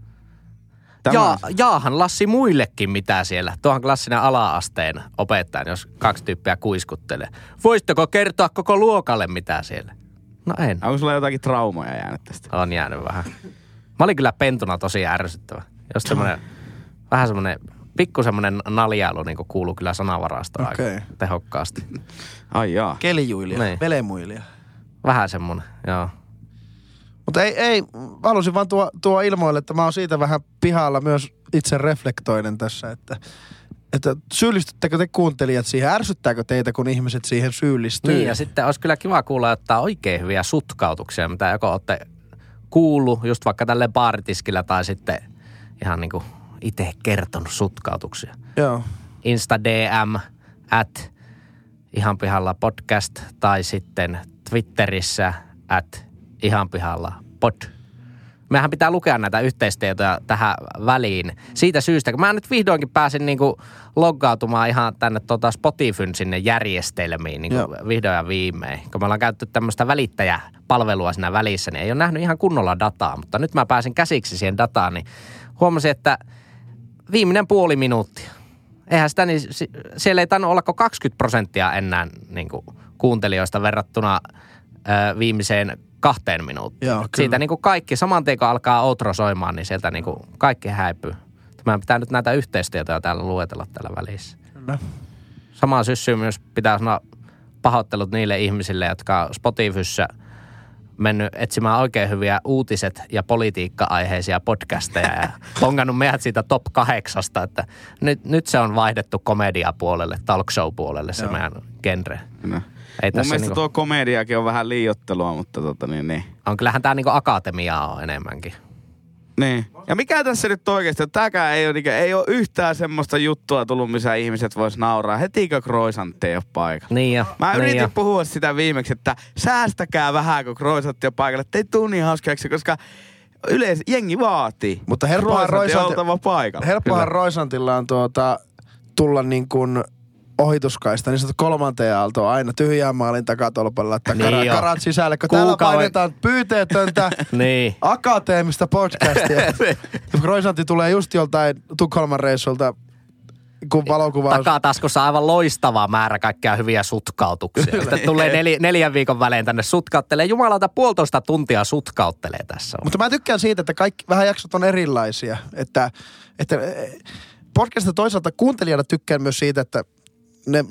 A: Jaahan Lassi muillekin mitä siellä. Tuohan klassinen ala-asteen opettaja, jos 2 tyyppiä kuiskuttelee. Voisitteko kertoa koko luokalle mitä siellä? No en.
B: Onko sulla jotakin traumoja jäänyt tästä?
A: On jäänyt vähän. Mä olin kyllä pentuna tosi ärsyttävä. Just semmonen, vähän semmonen, pikku semmonen naljailu niin kuuluu kyllä sanavarastoon aika tehokkaasti.
B: Ai jaa.
C: Keljuilija, niin. Velemuilija.
A: Vähän semmonen, joo.
C: Mutta ei, halusin vaan tuo ilmoille, että mä oon siitä vähän pihalla myös itse reflektoinen tässä, että syyllistyttekö te kuuntelijat siihen, ärsyttääkö teitä, kun ihmiset siihen syyllistyy?
A: Niin, ja sitten olisi kyllä kiva kuulla ottaa oikein hyviä sutkautuksia, mitä joko olette kuullut just vaikka tälle baaritiskillä tai sitten ihan niinku itse kertonut sutkautuksia.
C: Joo.
A: Insta DM @ihan pihalla podcast tai sitten Twitterissä @ihan pihalla pod. Mehän pitää lukea näitä yhteistietoja tähän väliin. Siitä syystä, kun mä nyt vihdoinkin pääsin niinku loggautumaan ihan tänne Spotifyn sinne järjestelmiin niinku vihdoin ja viimein. Kun me ollaan käytetty tämmöistä välittäjäpalvelua siinä välissä, niin ei ole nähnyt ihan kunnolla dataa. Mutta nyt mä pääsin käsiksi siihen dataan, niin huomasin, että viimeinen puoli minuuttia. Eihän sitä, niin siellä ei tainnut olla kuin 20% enää niinku kuuntelijoista verrattuna viimeiseen 2 minuuttiin.
C: Joo,
A: siitä niinku kaikki, saman tien kun alkaa outro soimaan, niin sieltä niinku kaikki häipyy. Meidän pitää nyt näitä yhteistietoja täällä luetella täällä välissä.
C: Kyllä.
A: Samaan syssyyn myös pitää sanoa pahoittelut niille ihmisille, jotka Spotifyssä mennyt etsimään oikein hyviä uutiset- ja politiikka-aiheisia podcasteja ja pongannut meidät siitä top 8, että nyt se on vaihdettu komediapuolelle, talk show puolelle se meidän genre.
B: No. Mun mielestä tuo komediakin on vähän liioittelua, mutta niin.
A: On kyllähän tää niinku akatemiaa on enemmänkin.
B: Niin. Ja mikä tässä nyt oikeasti, tääkään ei ole yhtään semmoista juttua tullut, missä ihmiset vois nauraa heti, kun Croissantti ei ole paikalla.
A: Niin jo.
B: Mä yritin puhua sitä viimeksi, että säästäkää vähän, kun Croissantti on paikalla, ettei tuu niin hauskaksi, koska yleensä jengi vaatii.
C: Mutta helppohan
B: Croissantilla
C: on tulla niin kuin ohituskaista, niin sanottu 3. aaltoon aina tyhjään maalin takatolpalla, että karat sisälle, kun täällä painetaan pyyteetöntä akateemista podcastia. Croissantti tulee just joltain Tukholman reissulta, kun valokuvaus.
A: Takataskussa aivan loistava määrä kaikkea hyviä sutkautuksia. Sitten tulee 4 viikon välein tänne sutkauttelee. Jumalauta 1,5 tuntia sutkauttelee tässä.
C: Mutta mä tykkään siitä, että kaikki vähän jaksot on erilaisia. Että podcastista toisaalta kuuntelijana tykkään myös siitä, että ne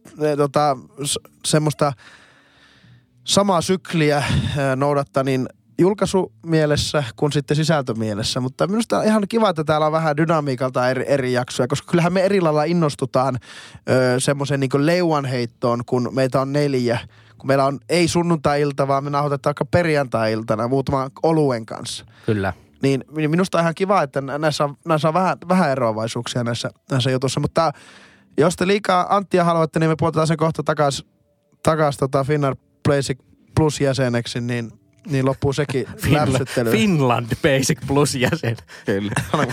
C: semmoista samaa sykliä noudattaa niin julkaisumielessä kuin sitten sisältömielessä. Mutta minusta on ihan kiva, että täällä on vähän dynamiikalta eri jaksoja, koska kyllähän me eri lailla innostutaan semmoisen niin kuin leuanheittoon, kun meitä on 4. Kun meillä on ei sunnuntai-ilta, vaan me nauhoitetaan vaikka perjantai-iltana muutaman oluen kanssa.
A: Kyllä.
C: Niin minusta on ihan kiva, että näissä on vähän eroavaisuuksia näissä jutuissa, mutta jos te liikaa Anttia haluatte, niin me puhutaan sen kohta takas Finnair Basic Plus jäseneksi, niin loppuu sekin läpsyttely.
A: Finland Basic Plus jäsen.
B: Kyllä.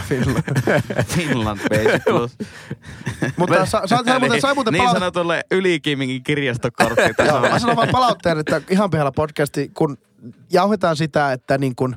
B: Finland Basic Plus.
C: Mutta sai muuten
B: niin sanotulle ylikiimingin kirjastokortti.
C: Mä sanon vaan palautteen, että ihan pihalla podcasti, kun jauhetaan sitä, että niin kun,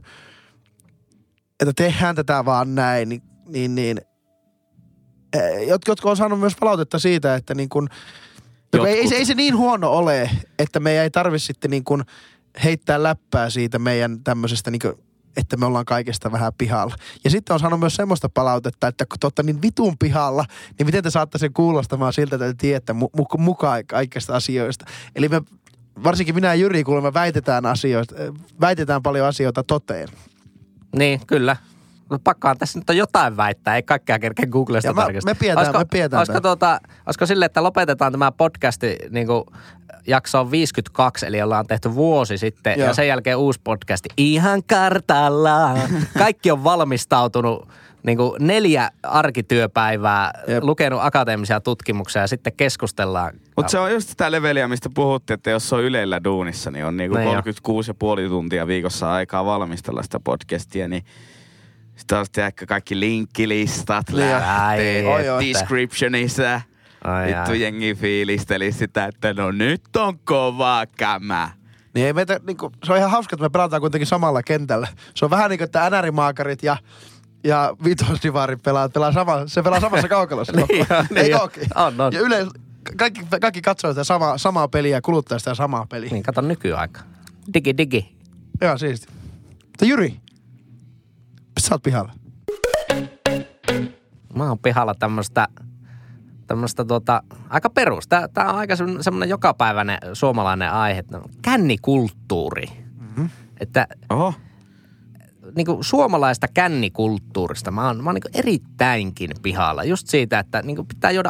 C: että tehdään tätä vaan näin, niin jotkut on saanut myös palautetta siitä, että niin kun, ei se niin huono ole, että meidän ei tarvitse sitten niin kun heittää läppää siitä meidän tämmöisestä niin että me ollaan kaikesta vähän pihalla. Ja sitten on saanut myös semmoista palautetta, että kun te olette niin vitun pihalla, niin miten te saatte sen kuulostamaan siltä, että te tiedätte mukaan kaikista asioista. Eli me, varsinkin minä ja Jyri kuulemma väitetään paljon asioita toteen.
A: Niin, kyllä. No pakkaan tässä nyt on jotain väittää, ei kaikkea kerkeä Googlesta tarkistaa.
C: Me pidetään
A: olisiko silleen, että lopetetaan tämä podcasti niin kuin jakso 52, eli ollaan tehty vuosi sitten, ja sen jälkeen uusi podcasti. Ihan kartalla. Kaikki on valmistautunut niin kuin 4 arkityöpäivää, lukenut akateemisia tutkimuksia ja sitten keskustellaan.
B: Mutta se on just sitä leveliä, mistä puhuttiin, että jos on Ylellä duunissa, niin on niin kuin 36,5 tuntia viikossa aikaa valmistella sitä podcastia, niin sitten on sitten kaikki linkkilistat lähtee descriptionissa. Vittu jengi fiilisteli sitä, että no nyt on kova kämä.
C: Niin ei meitä, niinku, se on ihan hauska, että me pelataan kuitenkin samalla kentällä. Se on vähän niin kuin, että NR-maakarit ja vitosdivarit pelaa samassa kaukalossa. Eikö ookin?
A: On.
C: Ja yleensä kaikki katsoo sitä samaa peliä ja kuluttaa sitä samaa peliä.
A: Niin, kato nykyaikaa. Digi.
C: Joo, siisti. Mutta Jyri, sä oot pihalla.
A: Mä oon pihalla tämmöstä aika perus. Tää on aika semmoinen jokapäiväinen suomalainen aihe. Kännikulttuuri. Mm-hmm. Että niinku suomalaista kännikulttuurista mä oon niinku erittäinkin pihalla. Just siitä, että niinku pitää juoda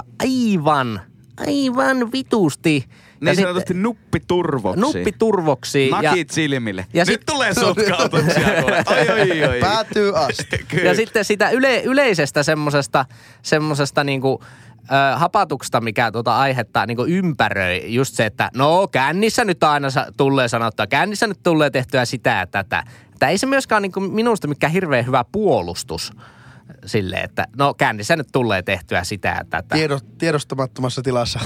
A: aivan vitusti.
B: Niin sanotusti nuppiturvoksi. Nakit silmille. Ja nyt tulee sotkautuksia. Oi.
C: Päätyy asti.
A: Ja sitten sitä yleisestä semmosesta niinku hapatuksesta, mikä aihetta niinku ympäröi. Just se, että no kännissä nyt aina tulee sanottua, kännissä nyt tulee tehtyä sitä ja tätä. Että ei se myöskään niinku minusta mikään hirveän hyvä puolustus silleen, että no kännissä nyt tulee tehtyä sitä ja tätä.
C: Tiedostamattomassa tilassa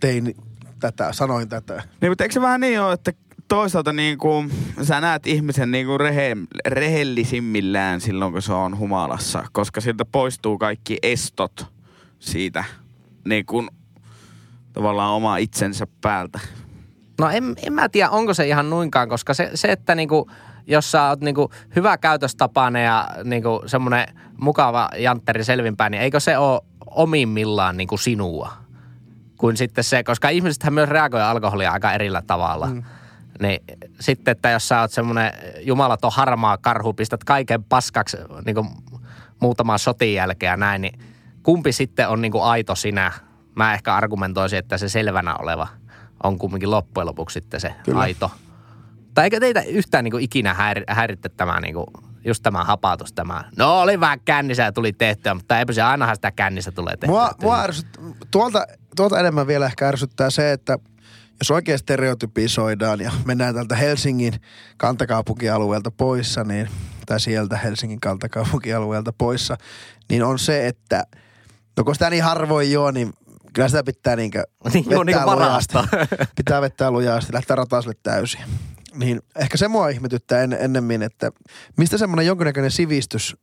C: sanoin tätä.
B: Niin, mutta eikö se vähän niin ole, että toisaalta niinku, sä näet ihmisen niinku rehellisimmillään silloin, kun se on humalassa, koska siltä poistuu kaikki estot siitä niinku tavallaan oma itsensä päältä.
A: No en mä tiedä, onko se ihan nuinkaan, koska se että niinku, jos sä oot niinku hyvä käytöstapainen ja niinku semmoinen mukava jantteri selvinpäin, niin eikö se ole omimmillaan niinku sinua? Kuin sitten se, koska ihmisethän myös reagoi alkoholia aika erillä tavalla. Niin sitten, että jos sä oot semmoinen jumalaton harmaa karhu, pistät kaiken paskaksi niinku muutaman shotin jälkeen ja näin, niin kumpi sitten on niinku aito sinä? Mä ehkä argumentoisin, että se selvänä oleva on kumminkin loppujen lopuksi sitten se aito. Tai eikö teitä yhtään niinku ikinä häiritte tämä niinku, just tämä hapatus, tämä. No oli vähän kännissä ja tuli tehtyä, mutta eipä se ainahan sitä kännissä tulee tehtyä.
C: Mua tuolta enemmän vielä ehkä ärsyttää se, että jos oikein stereotypisoidaan ja mennään tältä Helsingin kantakaupunkialueelta poissa, niin, tai sieltä Helsingin kantakaupunkialueelta poissa, niin on se, että no kun sitä niin harvoin joo, niin kyllä sitä pitää vettää lujasti. Pitää vettää lujasti, lähtee rataiselle täysin. Niin ehkä se mua ihmetyttää ennemmin, että mistä semmoinen jonkinnäköinen sivistys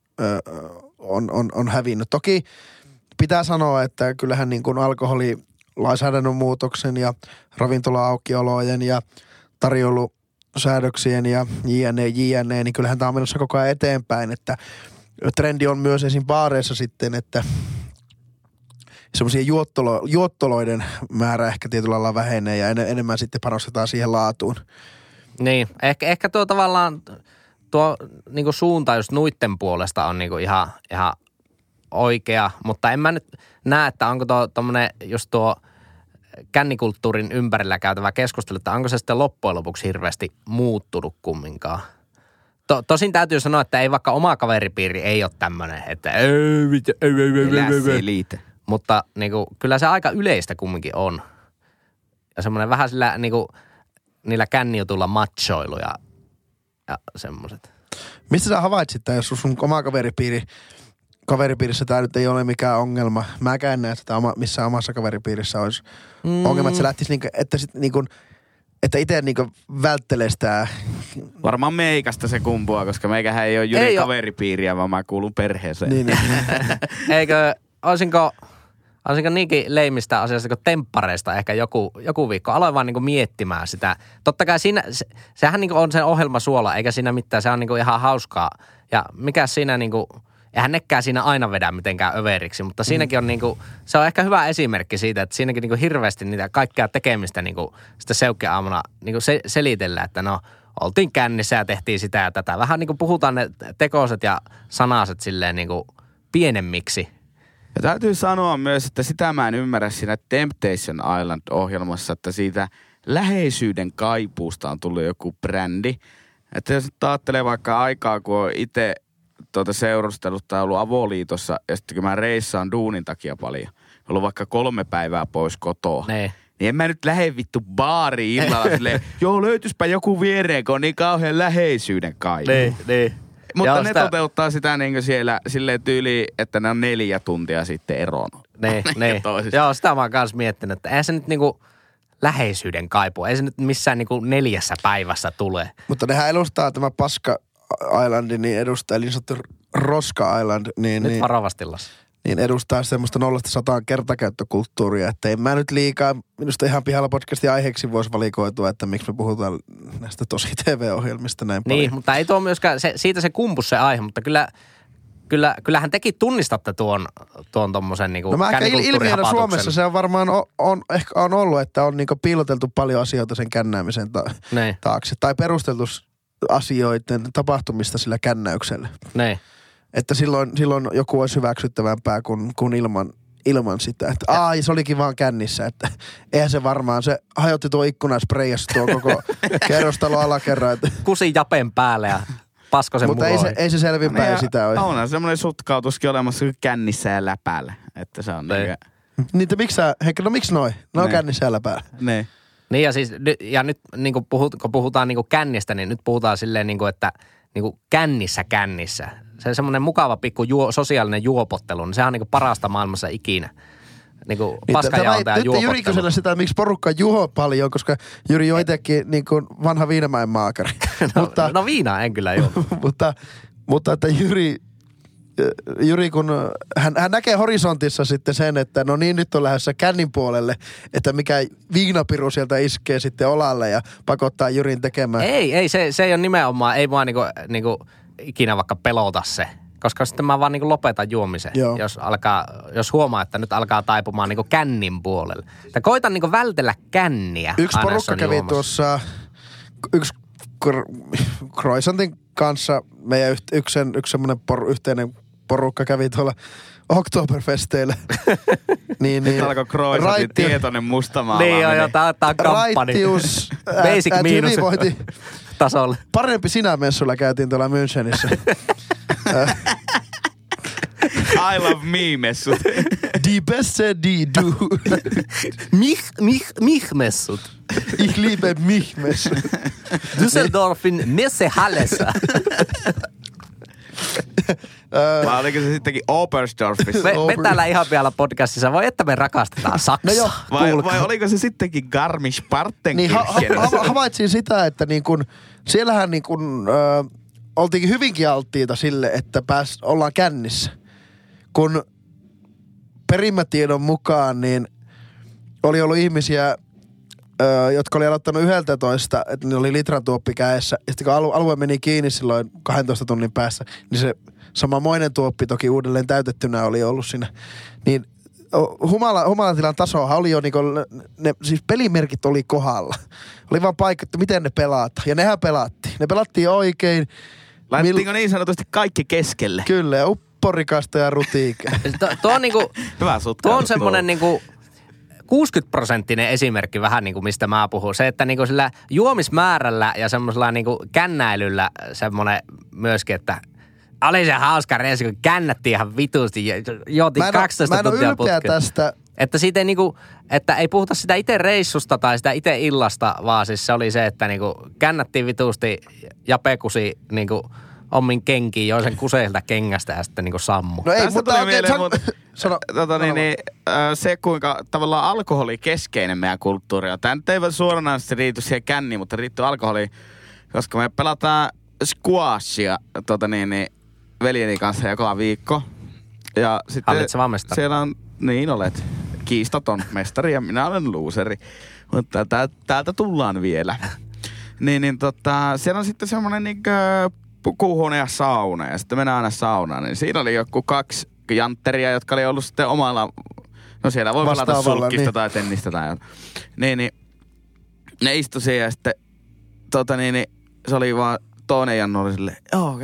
C: on hävinnyt. Toki pitää sanoa, että kyllähän niin kuin alkoholilainsäädännön muutoksen ja ravintola-aukiolojen ja tarjoilusäädöksien ja jne, niin kyllähän tämä on menossa koko ajan eteenpäin, että trendi on myös esim. Baareissa sitten, että semmoisia juottoloiden määrä ehkä tietyllä lailla vähenee ja enemmän sitten panostetaan siihen laatuun.
A: Niin, ehkä tuo tavallaan tuo niinku suunta just nuitten puolesta on niinku ihan oikea, mutta en mä nyt näe, että onko tommonen just tuo kännikulttuurin ympärillä käytävä keskustelu, että onko se sitten loppujen lopuksi hirveästi muuttunut kumminkaan. Tosin täytyy sanoa, että ei vaikka oma kaveripiiri ei ole tämmönen, että
B: liite.
A: Mutta niinku, kyllä se aika yleistä kumminkin on. Ja semmoinen vähän sillä niinku niillä kännijutuilla machoilu ja semmoiset. Mistä
C: sä havaitsit, jos sun oma kaveripiirissä tämä nyt ei ole mikään ongelma? Mäkään näe, että missään omassa kaveripiirissä olisi ongelma, että se lähtisi että itse välttelee sitä.
B: Varmaan meikästä se kumpuaa, koska meikähän ei ole Jyri kaveripiiriä, vaan mä kuulun perheeseen.
C: Niin.
A: Eikö, olisinko niinkin leimistä asiasta kuin temppareista ehkä joku viikko. Aloin vaan niinku miettimään sitä. Totta kai siinä, sehän niinku on sen ohjelmasuola, eikä siinä mitään, se on niinku ihan hauskaa. Ja mikä siinä niinku, eihän nekään siinä aina vedä mitenkään överiksi, mutta siinäkin on niinku, se on ehkä hyvä esimerkki siitä, että siinäkin niinku hirveästi niitä kaikkea tekemistä niinku sitä seukkeaamuna niinku selitellään, että no oltiin kännissä ja tehtiin sitä ja tätä. Vähän niinku puhutaan ne tekoiset ja sanaset silleen niinku pienemmiksi.
B: Ja täytyy sanoa myös, että sitä mä en ymmärrä siinä Temptation Island-ohjelmassa, että siitä läheisyyden kaipuusta on tullut joku brändi. Että jos nyt ajattelee vaikka aikaa, kun on itse seurustellut tai ollut avoliitossa, ja sitten kun mä reissaan duunin takia paljon, ollut vaikka 3 päivää pois kotoa.
A: Ne.
B: Niin en mä nyt lähde vittu baariin illalla silleen, joo löytyispä joku viereen, kun on niin kauhean läheisyyden kaipu.
A: Niin.
B: Mutta
A: joo,
B: ne toteuttaa sitä niin siellä silleen tyyliin, että ne on 4 tuntia sitten eronnut.
A: Niin. Joo, sitä mä oon kanssa miettinyt, että eihän se nyt niinku läheisyyden kaipu, ei se nyt missään niinku 4 päivässä tule.
C: Mutta nehän edustaa tämä Paska Island, niin edustaa, eli niin sanottu Roska Island.
A: Nyt varovasti Lassi.
C: Niin edustaa semmoista 0-100 kertakäyttökulttuuria, että en mä nyt liikaa, minusta ihan pihalla podcastin aiheeksi voisi valikoitua, että miksi me puhutaan näistä tosi TV-ohjelmista näin paljon.
A: Niin, mutta ei tuo myöskään, siitä se kumpus se aihe, mutta kyllähän tekin tunnistatte tuon tommosen niinku kännikulttuurihapatuksen.
C: Ilmiönä Suomessa se on varmaan ehkä on ollut, että on niinku piiloteltu paljon asioita sen kännäämisen taakse. Tai perusteltu asioiden tapahtumista sillä kännäyksellä.
A: Niin.
C: Että silloin joku olisi hyväksyttävämpää kuin ilman sitä. Että se olikin vaan kännissä, että eihän se varmaan, se hajotti tuo ikkuna spreijassa tuo koko kerrostalo alakerran. Kusi
A: japen päälle ja paskosen
C: mutta ei se selvinpäin sitä ole.
B: On semmoinen sutkautuskin olemassa kännissä ja läpäällä, että se on
C: Niitä miksi noin? Ne on kännissä ja läpäällä.
A: Niin ja siis, ja nyt niin kun puhutaan niin kuin kännistä, niin nyt puhutaan silleen niin kuin, että niin kuin kännissä. Se on semmoinen mukava pikku sosiaalinen juopottelu, niin sehän on niin kuin parasta maailmassa ikinä. Niin kuin paskajaolta ja juopottelu.
C: Nyt Jyri kysellä sitä, miksi porukka juo paljon, koska Jyri on itsekin niin kuin vanha Viinamäen maakari.
A: No viinaa en kyllä juo.
C: mutta että Jyri, kun hän näkee horisontissa sitten sen, että no niin, nyt on lähdössä kännin puolelle, että mikä viinapiru sieltä iskee sitten olalle ja pakottaa Jyrin tekemään.
A: Ei, se ei ole nimenomaan, ei mua niinku ikinä vaikka pelota se, koska sitten mä vaan niinku lopetan juomisen, jos huomaa, että nyt alkaa taipumaan niinku kännin puolelle. Ja koitan niinku vältellä känniä.
C: Yksi porukka kävi tuossa, yksi Croissantin kanssa, meidän yksi semmoinen yhteinen porukka kävi tuolla Oktoberfesteillä.
B: niin alkoi Croissantin tietoinen mustamaalaaminen.
A: Niin joo, tää on kamppani.
C: Raittius,
A: basic miinus tasolle.
C: Parempi sinä messulla käytiin tuolla Münchenissä.
B: I love me-messut.
C: Die beste, die du.
A: Mich-messut.
C: Ich liebe mich-messut.
A: Düsseldorfin Messehallessa.
B: Vai oliko se sittenkin Oberstdorfissa?
A: Me täällä ihan vielä podcastissa. Voi että me rakastetaan Saksaa.
B: No vai oliko se sittenkin Garmisch-Partenkirchen?
C: Niin havaitsin sitä, että niin kun, siellähän niin kun, oltiinkin hyvinkin alttiita sille, että ollaan kännissä. Kun perimätiedon mukaan niin oli ollut ihmisiä, jotka oli aloittanut 11, että ne oli litratuoppi kädessä. Ja sitten kun alue meni kiinni silloin 12 tunnin päässä, niin se samamoinen tuoppi toki uudelleen täytettynä oli ollut siinä. Niin humalatilan tasoahan oli jo niinku, siis pelimerkit oli kohdalla. Oli vaan paikka, että miten ne pelataan. Ja nehän pelattiin. Ne pelattiin oikein.
B: Laitettiinko niin sanotusti kaikki keskelle?
C: Kyllä, ja upporikasta ja rutiikka.
A: Tuo on niinku,
B: hyvä
A: tuo on semmonen niinku 60% esimerkki vähän niinku mistä mä puhun. Se, että niinku sillä juomismäärällä ja semmoisella niinku kännäilyllä semmonen myöskin, että oli se hauska reissu, kun kännättiin ihan vitusti ja juotiin 12 tuntia putkeen.
C: Mä en ole ylpeä tästä.
A: Että siitä ei niinku, että ei puhuta sitä itse reissusta tai sitä itse illasta, vaan siis se oli se, että niinku kännättiin vitusti ja pekusi niinku ommin kenkiin, joi sen kuseilta kengästä ja sitten niinku sammu.
C: No ei, mutta oikein
B: se, kuinka tavallaan alkoholi keskeinen meidän kulttuuri on. Tämä nyt ei suoranaisesti riity siihen känniin, mutta riittyy alkoholiin, koska me pelataan squashia veljeni kanssa joka viikko. Ja sitten siellä on Niin olet. Kiistaton mestari ja minä olen luuseri. Mutta täältä tullaan vielä. Siellä on sitten semmoinen niinkö pukuhuone ja sauna. Ja sitten mennään aina saunaan. Niin siinä oli joku 2 jantteria, jotka oli ollut sitten omalla... No siellä voi pelata sulkkista niin. Tai tennistä tai jotain. Niin. Ne istui siellä ja sitten... se oli vaan... Toinen Jannu oli silleen... Joo,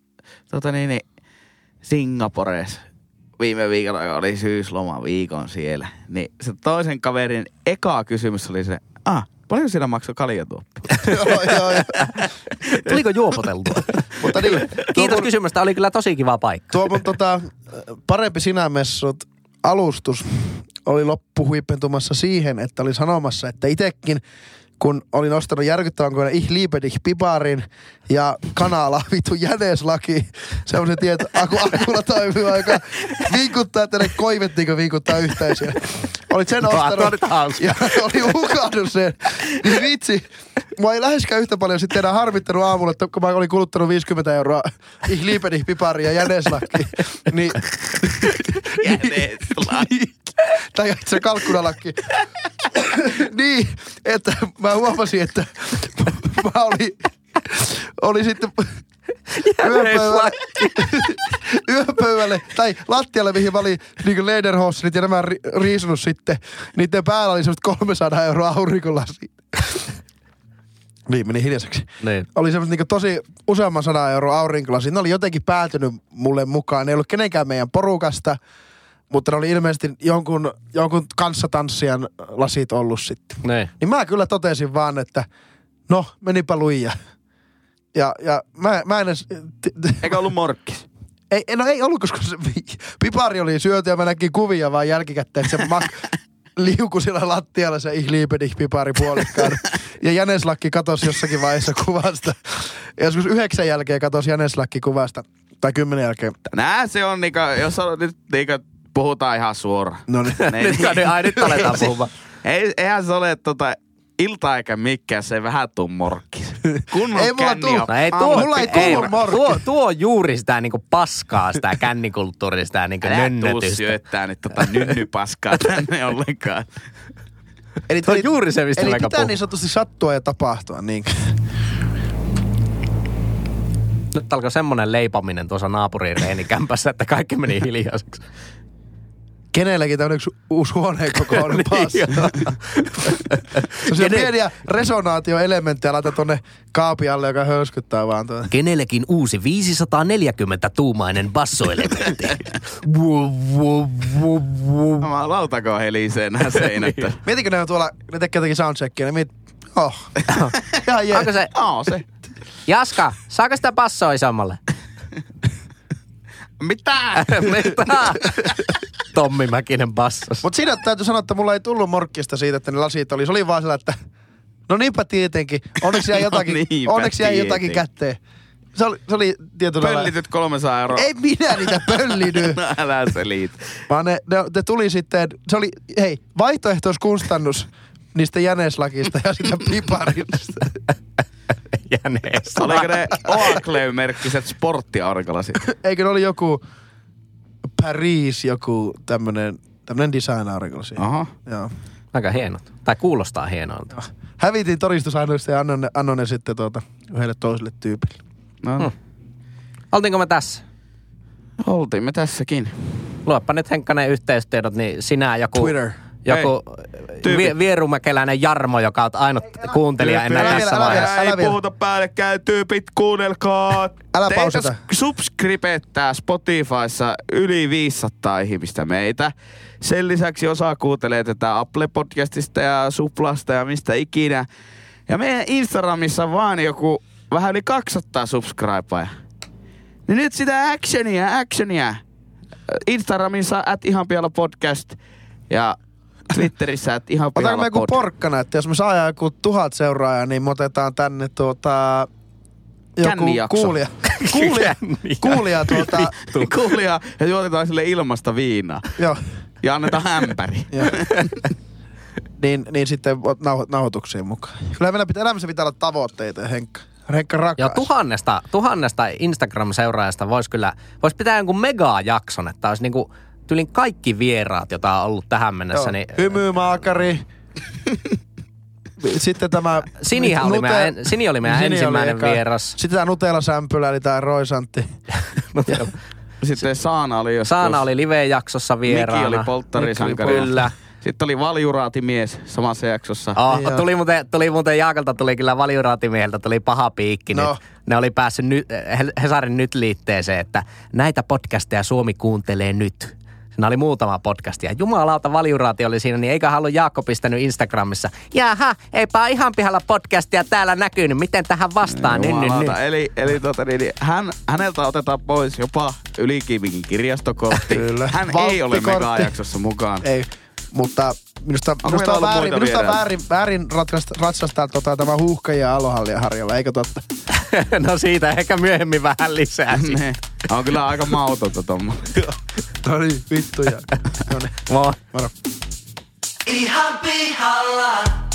B: Singaporeessa. Viime viikolla oli syysloma viikon siellä. Niin se toisen kaverin eka kysymys oli se... Paljon siinä maksoi kaljatuoppi?
C: Joo.
A: Tuliko juopoteltua?
C: Mutta niin,
A: Kiitos kysymystä, oli kyllä tosi kiva paikka.
C: Tuo mun parempi sinä messut alustus oli loppuhuipentumassa siihen, että oli sanomassa, että itekin kun olin ostanut järkyttävän koinen Ich liebe dich piparin ja kanala vittu jäneslaki. Semmoisen tiedät, akulla toimiva, joka vinkuttaa, että ne koivettiinko vinkuttaa yhteisiä. Olit sen ostanut ja oli hukannut sen. Niin vitsi, mua ei läheskään yhtä paljon sitten enää harmittanut aamulla, että kun mä olin kuluttanut 50 € Ich liebe dich piparin ja jäneslaki. Niin,
B: jäneslaki.
C: Tai itse kalkkunalakki. Niin, että mä huomasin, että mä oli sitten yöpöydälle, tai lattialle, mihin mä olin niin lederhosselit ja nämä riisunut sitten. Niiden päällä oli semmoset 300 € aurinkolasi. Niin, meni hiljaiseksi. Niin. Oli semmoset niin tosi useamman 100 € aurinkolasi. Ne oli jotenkin päätynyt mulle mukaan. Ne ei ollut kenenkään meidän porukasta. Mutta ne oli ilmeisesti jonkun kanssatanssijan lasit ollut sitten. Niin mä kyllä totesin vaan, että no, menipä luija. Ja mä en edes...
B: Eikä ollut morkkis?
C: Ei ollut, koska se pipari oli syöty ja mä näkin kuvia vaan jälkikäteen, että se liukui siellä lattialla se Ich liebe dich -pipari puolikkaan. Ja jäneslakki katosi jossakin vaiheessa kuvasta. Ja joskus 9 jälkeen katosi jäneslakki kuvasta. Tai 10 jälkeen.
B: Nää se on niinku, jos on nyt niinku... Puhutaan ihan suoraan.
C: No niin.
A: Nyt aletaan puhumaan.
B: Eihän se ole ilta eikä mikään, se vähän tuu morkkis. Kun
C: ei mulla tuu.
A: Mulla ei tullut morkkis. Tuo on juuri sitä niinku paskaa, sitä kännikulttuuria, sitä niinku nönnötystä.
B: Älä tuu syöttää nyt nynnypaskaa tänne ollenkaan.
A: Eli tuo on juuri se, mistä
C: eli
A: meikä
C: pitää niin sanotusti sattua ja tapahtua, niin.
A: Nyt alkoi semmonen leipominen tuossa naapurin reenikämpässä, että kaikki meni hiljaiseksi.
C: Kenelläkin tämmönen uusi huoneenkokoinen passi. Sellaisia pieniä resonaatioelementtejä laita tonne kaapin alle, joka höyskyttää vaan tuonne.
A: Kenelläkin uusi 540-tuumainen bassoelementti.
B: Mä lautako helisee nää seinät.
C: Mietinkö ne on tuolla, ne tekee jotenkin soundcheckia, ne Ihan jee.
A: Onko se?
B: Se.
A: Jaska, saako sitä bassoa isommalle?
B: Mitä?
A: Tommi Mäkinen bassos.
C: Mut siinä täytyy sanoa, että mulla ei tullut morkkista siitä, että ne lasit oli. Se oli vaan sellainen, että no niinpä tietenkin. Onneksi jäi jotakin kätteen. Se oli tietyllä lailla.
B: Pöllityt 300 €.
C: Ei minä niitä pöllinyt.
B: No älä selit.
C: Vaan ne tuli sitten, se oli, hei, vaihtoehtoiskustannus niistä jäneslakista ja sitä piparista.
A: Jäneslaki.
B: Oliko ne Oakley-merkkiset sporttiaurinkolasit?
C: Eikö ne oli joku Paris, joku tämmönen design-aurinkolasi?
B: Aha.
C: Joo.
A: Aika hienot. Tai kuulostaa hienolta.
C: Hävitin todistusaineista ja annoin ne sitten yhdelle toiselle tyypille.
B: No.
A: Oltiinko me tässä?
B: Oltiin me tässäkin.
A: Luoppa nyt Henkkanen yhteystiedot, niin sinä
C: Twitter.
A: Joku vierumäkeläinen Jarmo, joka on ainut kuuntelija enää tässä vaiheessa.
B: Ei puhuta päällekkäin, tyypit, kuunnelkaa.
C: Älä pausata.
B: Subscribettää Spotifyssa yli 500 ihmistä meitä. Sen lisäksi osa kuuntelee tätä Apple-podcastista ja Suplasta ja mistä ikinä. Ja meidän Instagramissa on vaan joku vähän yli 200 subscribea. Niin nyt sitä actionia. Instagramissa @ihanpialapodcast ja Twitterissä @ihanpialapod.
C: Otanko me joku porkkana, että jos me saadaan joku 1000 seuraajaa, niin me otetaan tänne joku kuulija.
B: Kuulija ja juotetaan sille ilmasta viinaa.
C: Joo.
B: Ja annetaan ämpäri.
C: niin sitten nauhoituksiin mukaan. Kyllä meillä elämässä pitää olla tavoitteita, Henkka rakas.
A: Joo, tuhannesta Instagram-seuraajasta voisi pitää jonkun megajakson, että olisi niinku tylin kaikki vieraat, joita on ollut tähän mennessä. Niin,
C: hymymaakari. Sitten tämä...
A: Sini oli meidän ensimmäinen vieras.
C: Sitten tämä Nutella-sämpylä, eli tämä roisantti.
B: Sitten Saana oli joskus.
A: Saana oli live-jaksossa vieraana.
B: Miki oli polttarisankari.
A: Kyllä.
B: Sitten oli valjuraatimies samassa jaksossa.
A: Tuli muuten Jaakolta tuli kyllä valjuraatimieheltä, tuli paha piikki. No. Ne oli päässyt Hesarin Nyt-liitteeseen, että näitä podcasteja Suomi kuuntelee nyt. Siinä oli muutama podcast ja jumalauta valjuraati oli siinä, niin eikä halua Jaakko pistänyt Instagramissa. Jaha, eipä ihan pihalla podcastia täällä näkynyt, miten tähän vastaan?
B: Eli häneltä otetaan pois jopa Ylikivin kirjastokortti.
C: Kyllä.
B: Hän ei ole Mega-jaksossa mukaan.
C: Ei, mutta minusta on väärin ratsastaa tämä huuhkajia Alohallia Harjalla, eikö totta?
A: No siitä ehkä myöhemmin vähän lisää.
B: On kyllä aika mautonta tommoinen.
C: No niin, vittuja.
A: Moi.
C: Moro.
D: Ihan pihalla.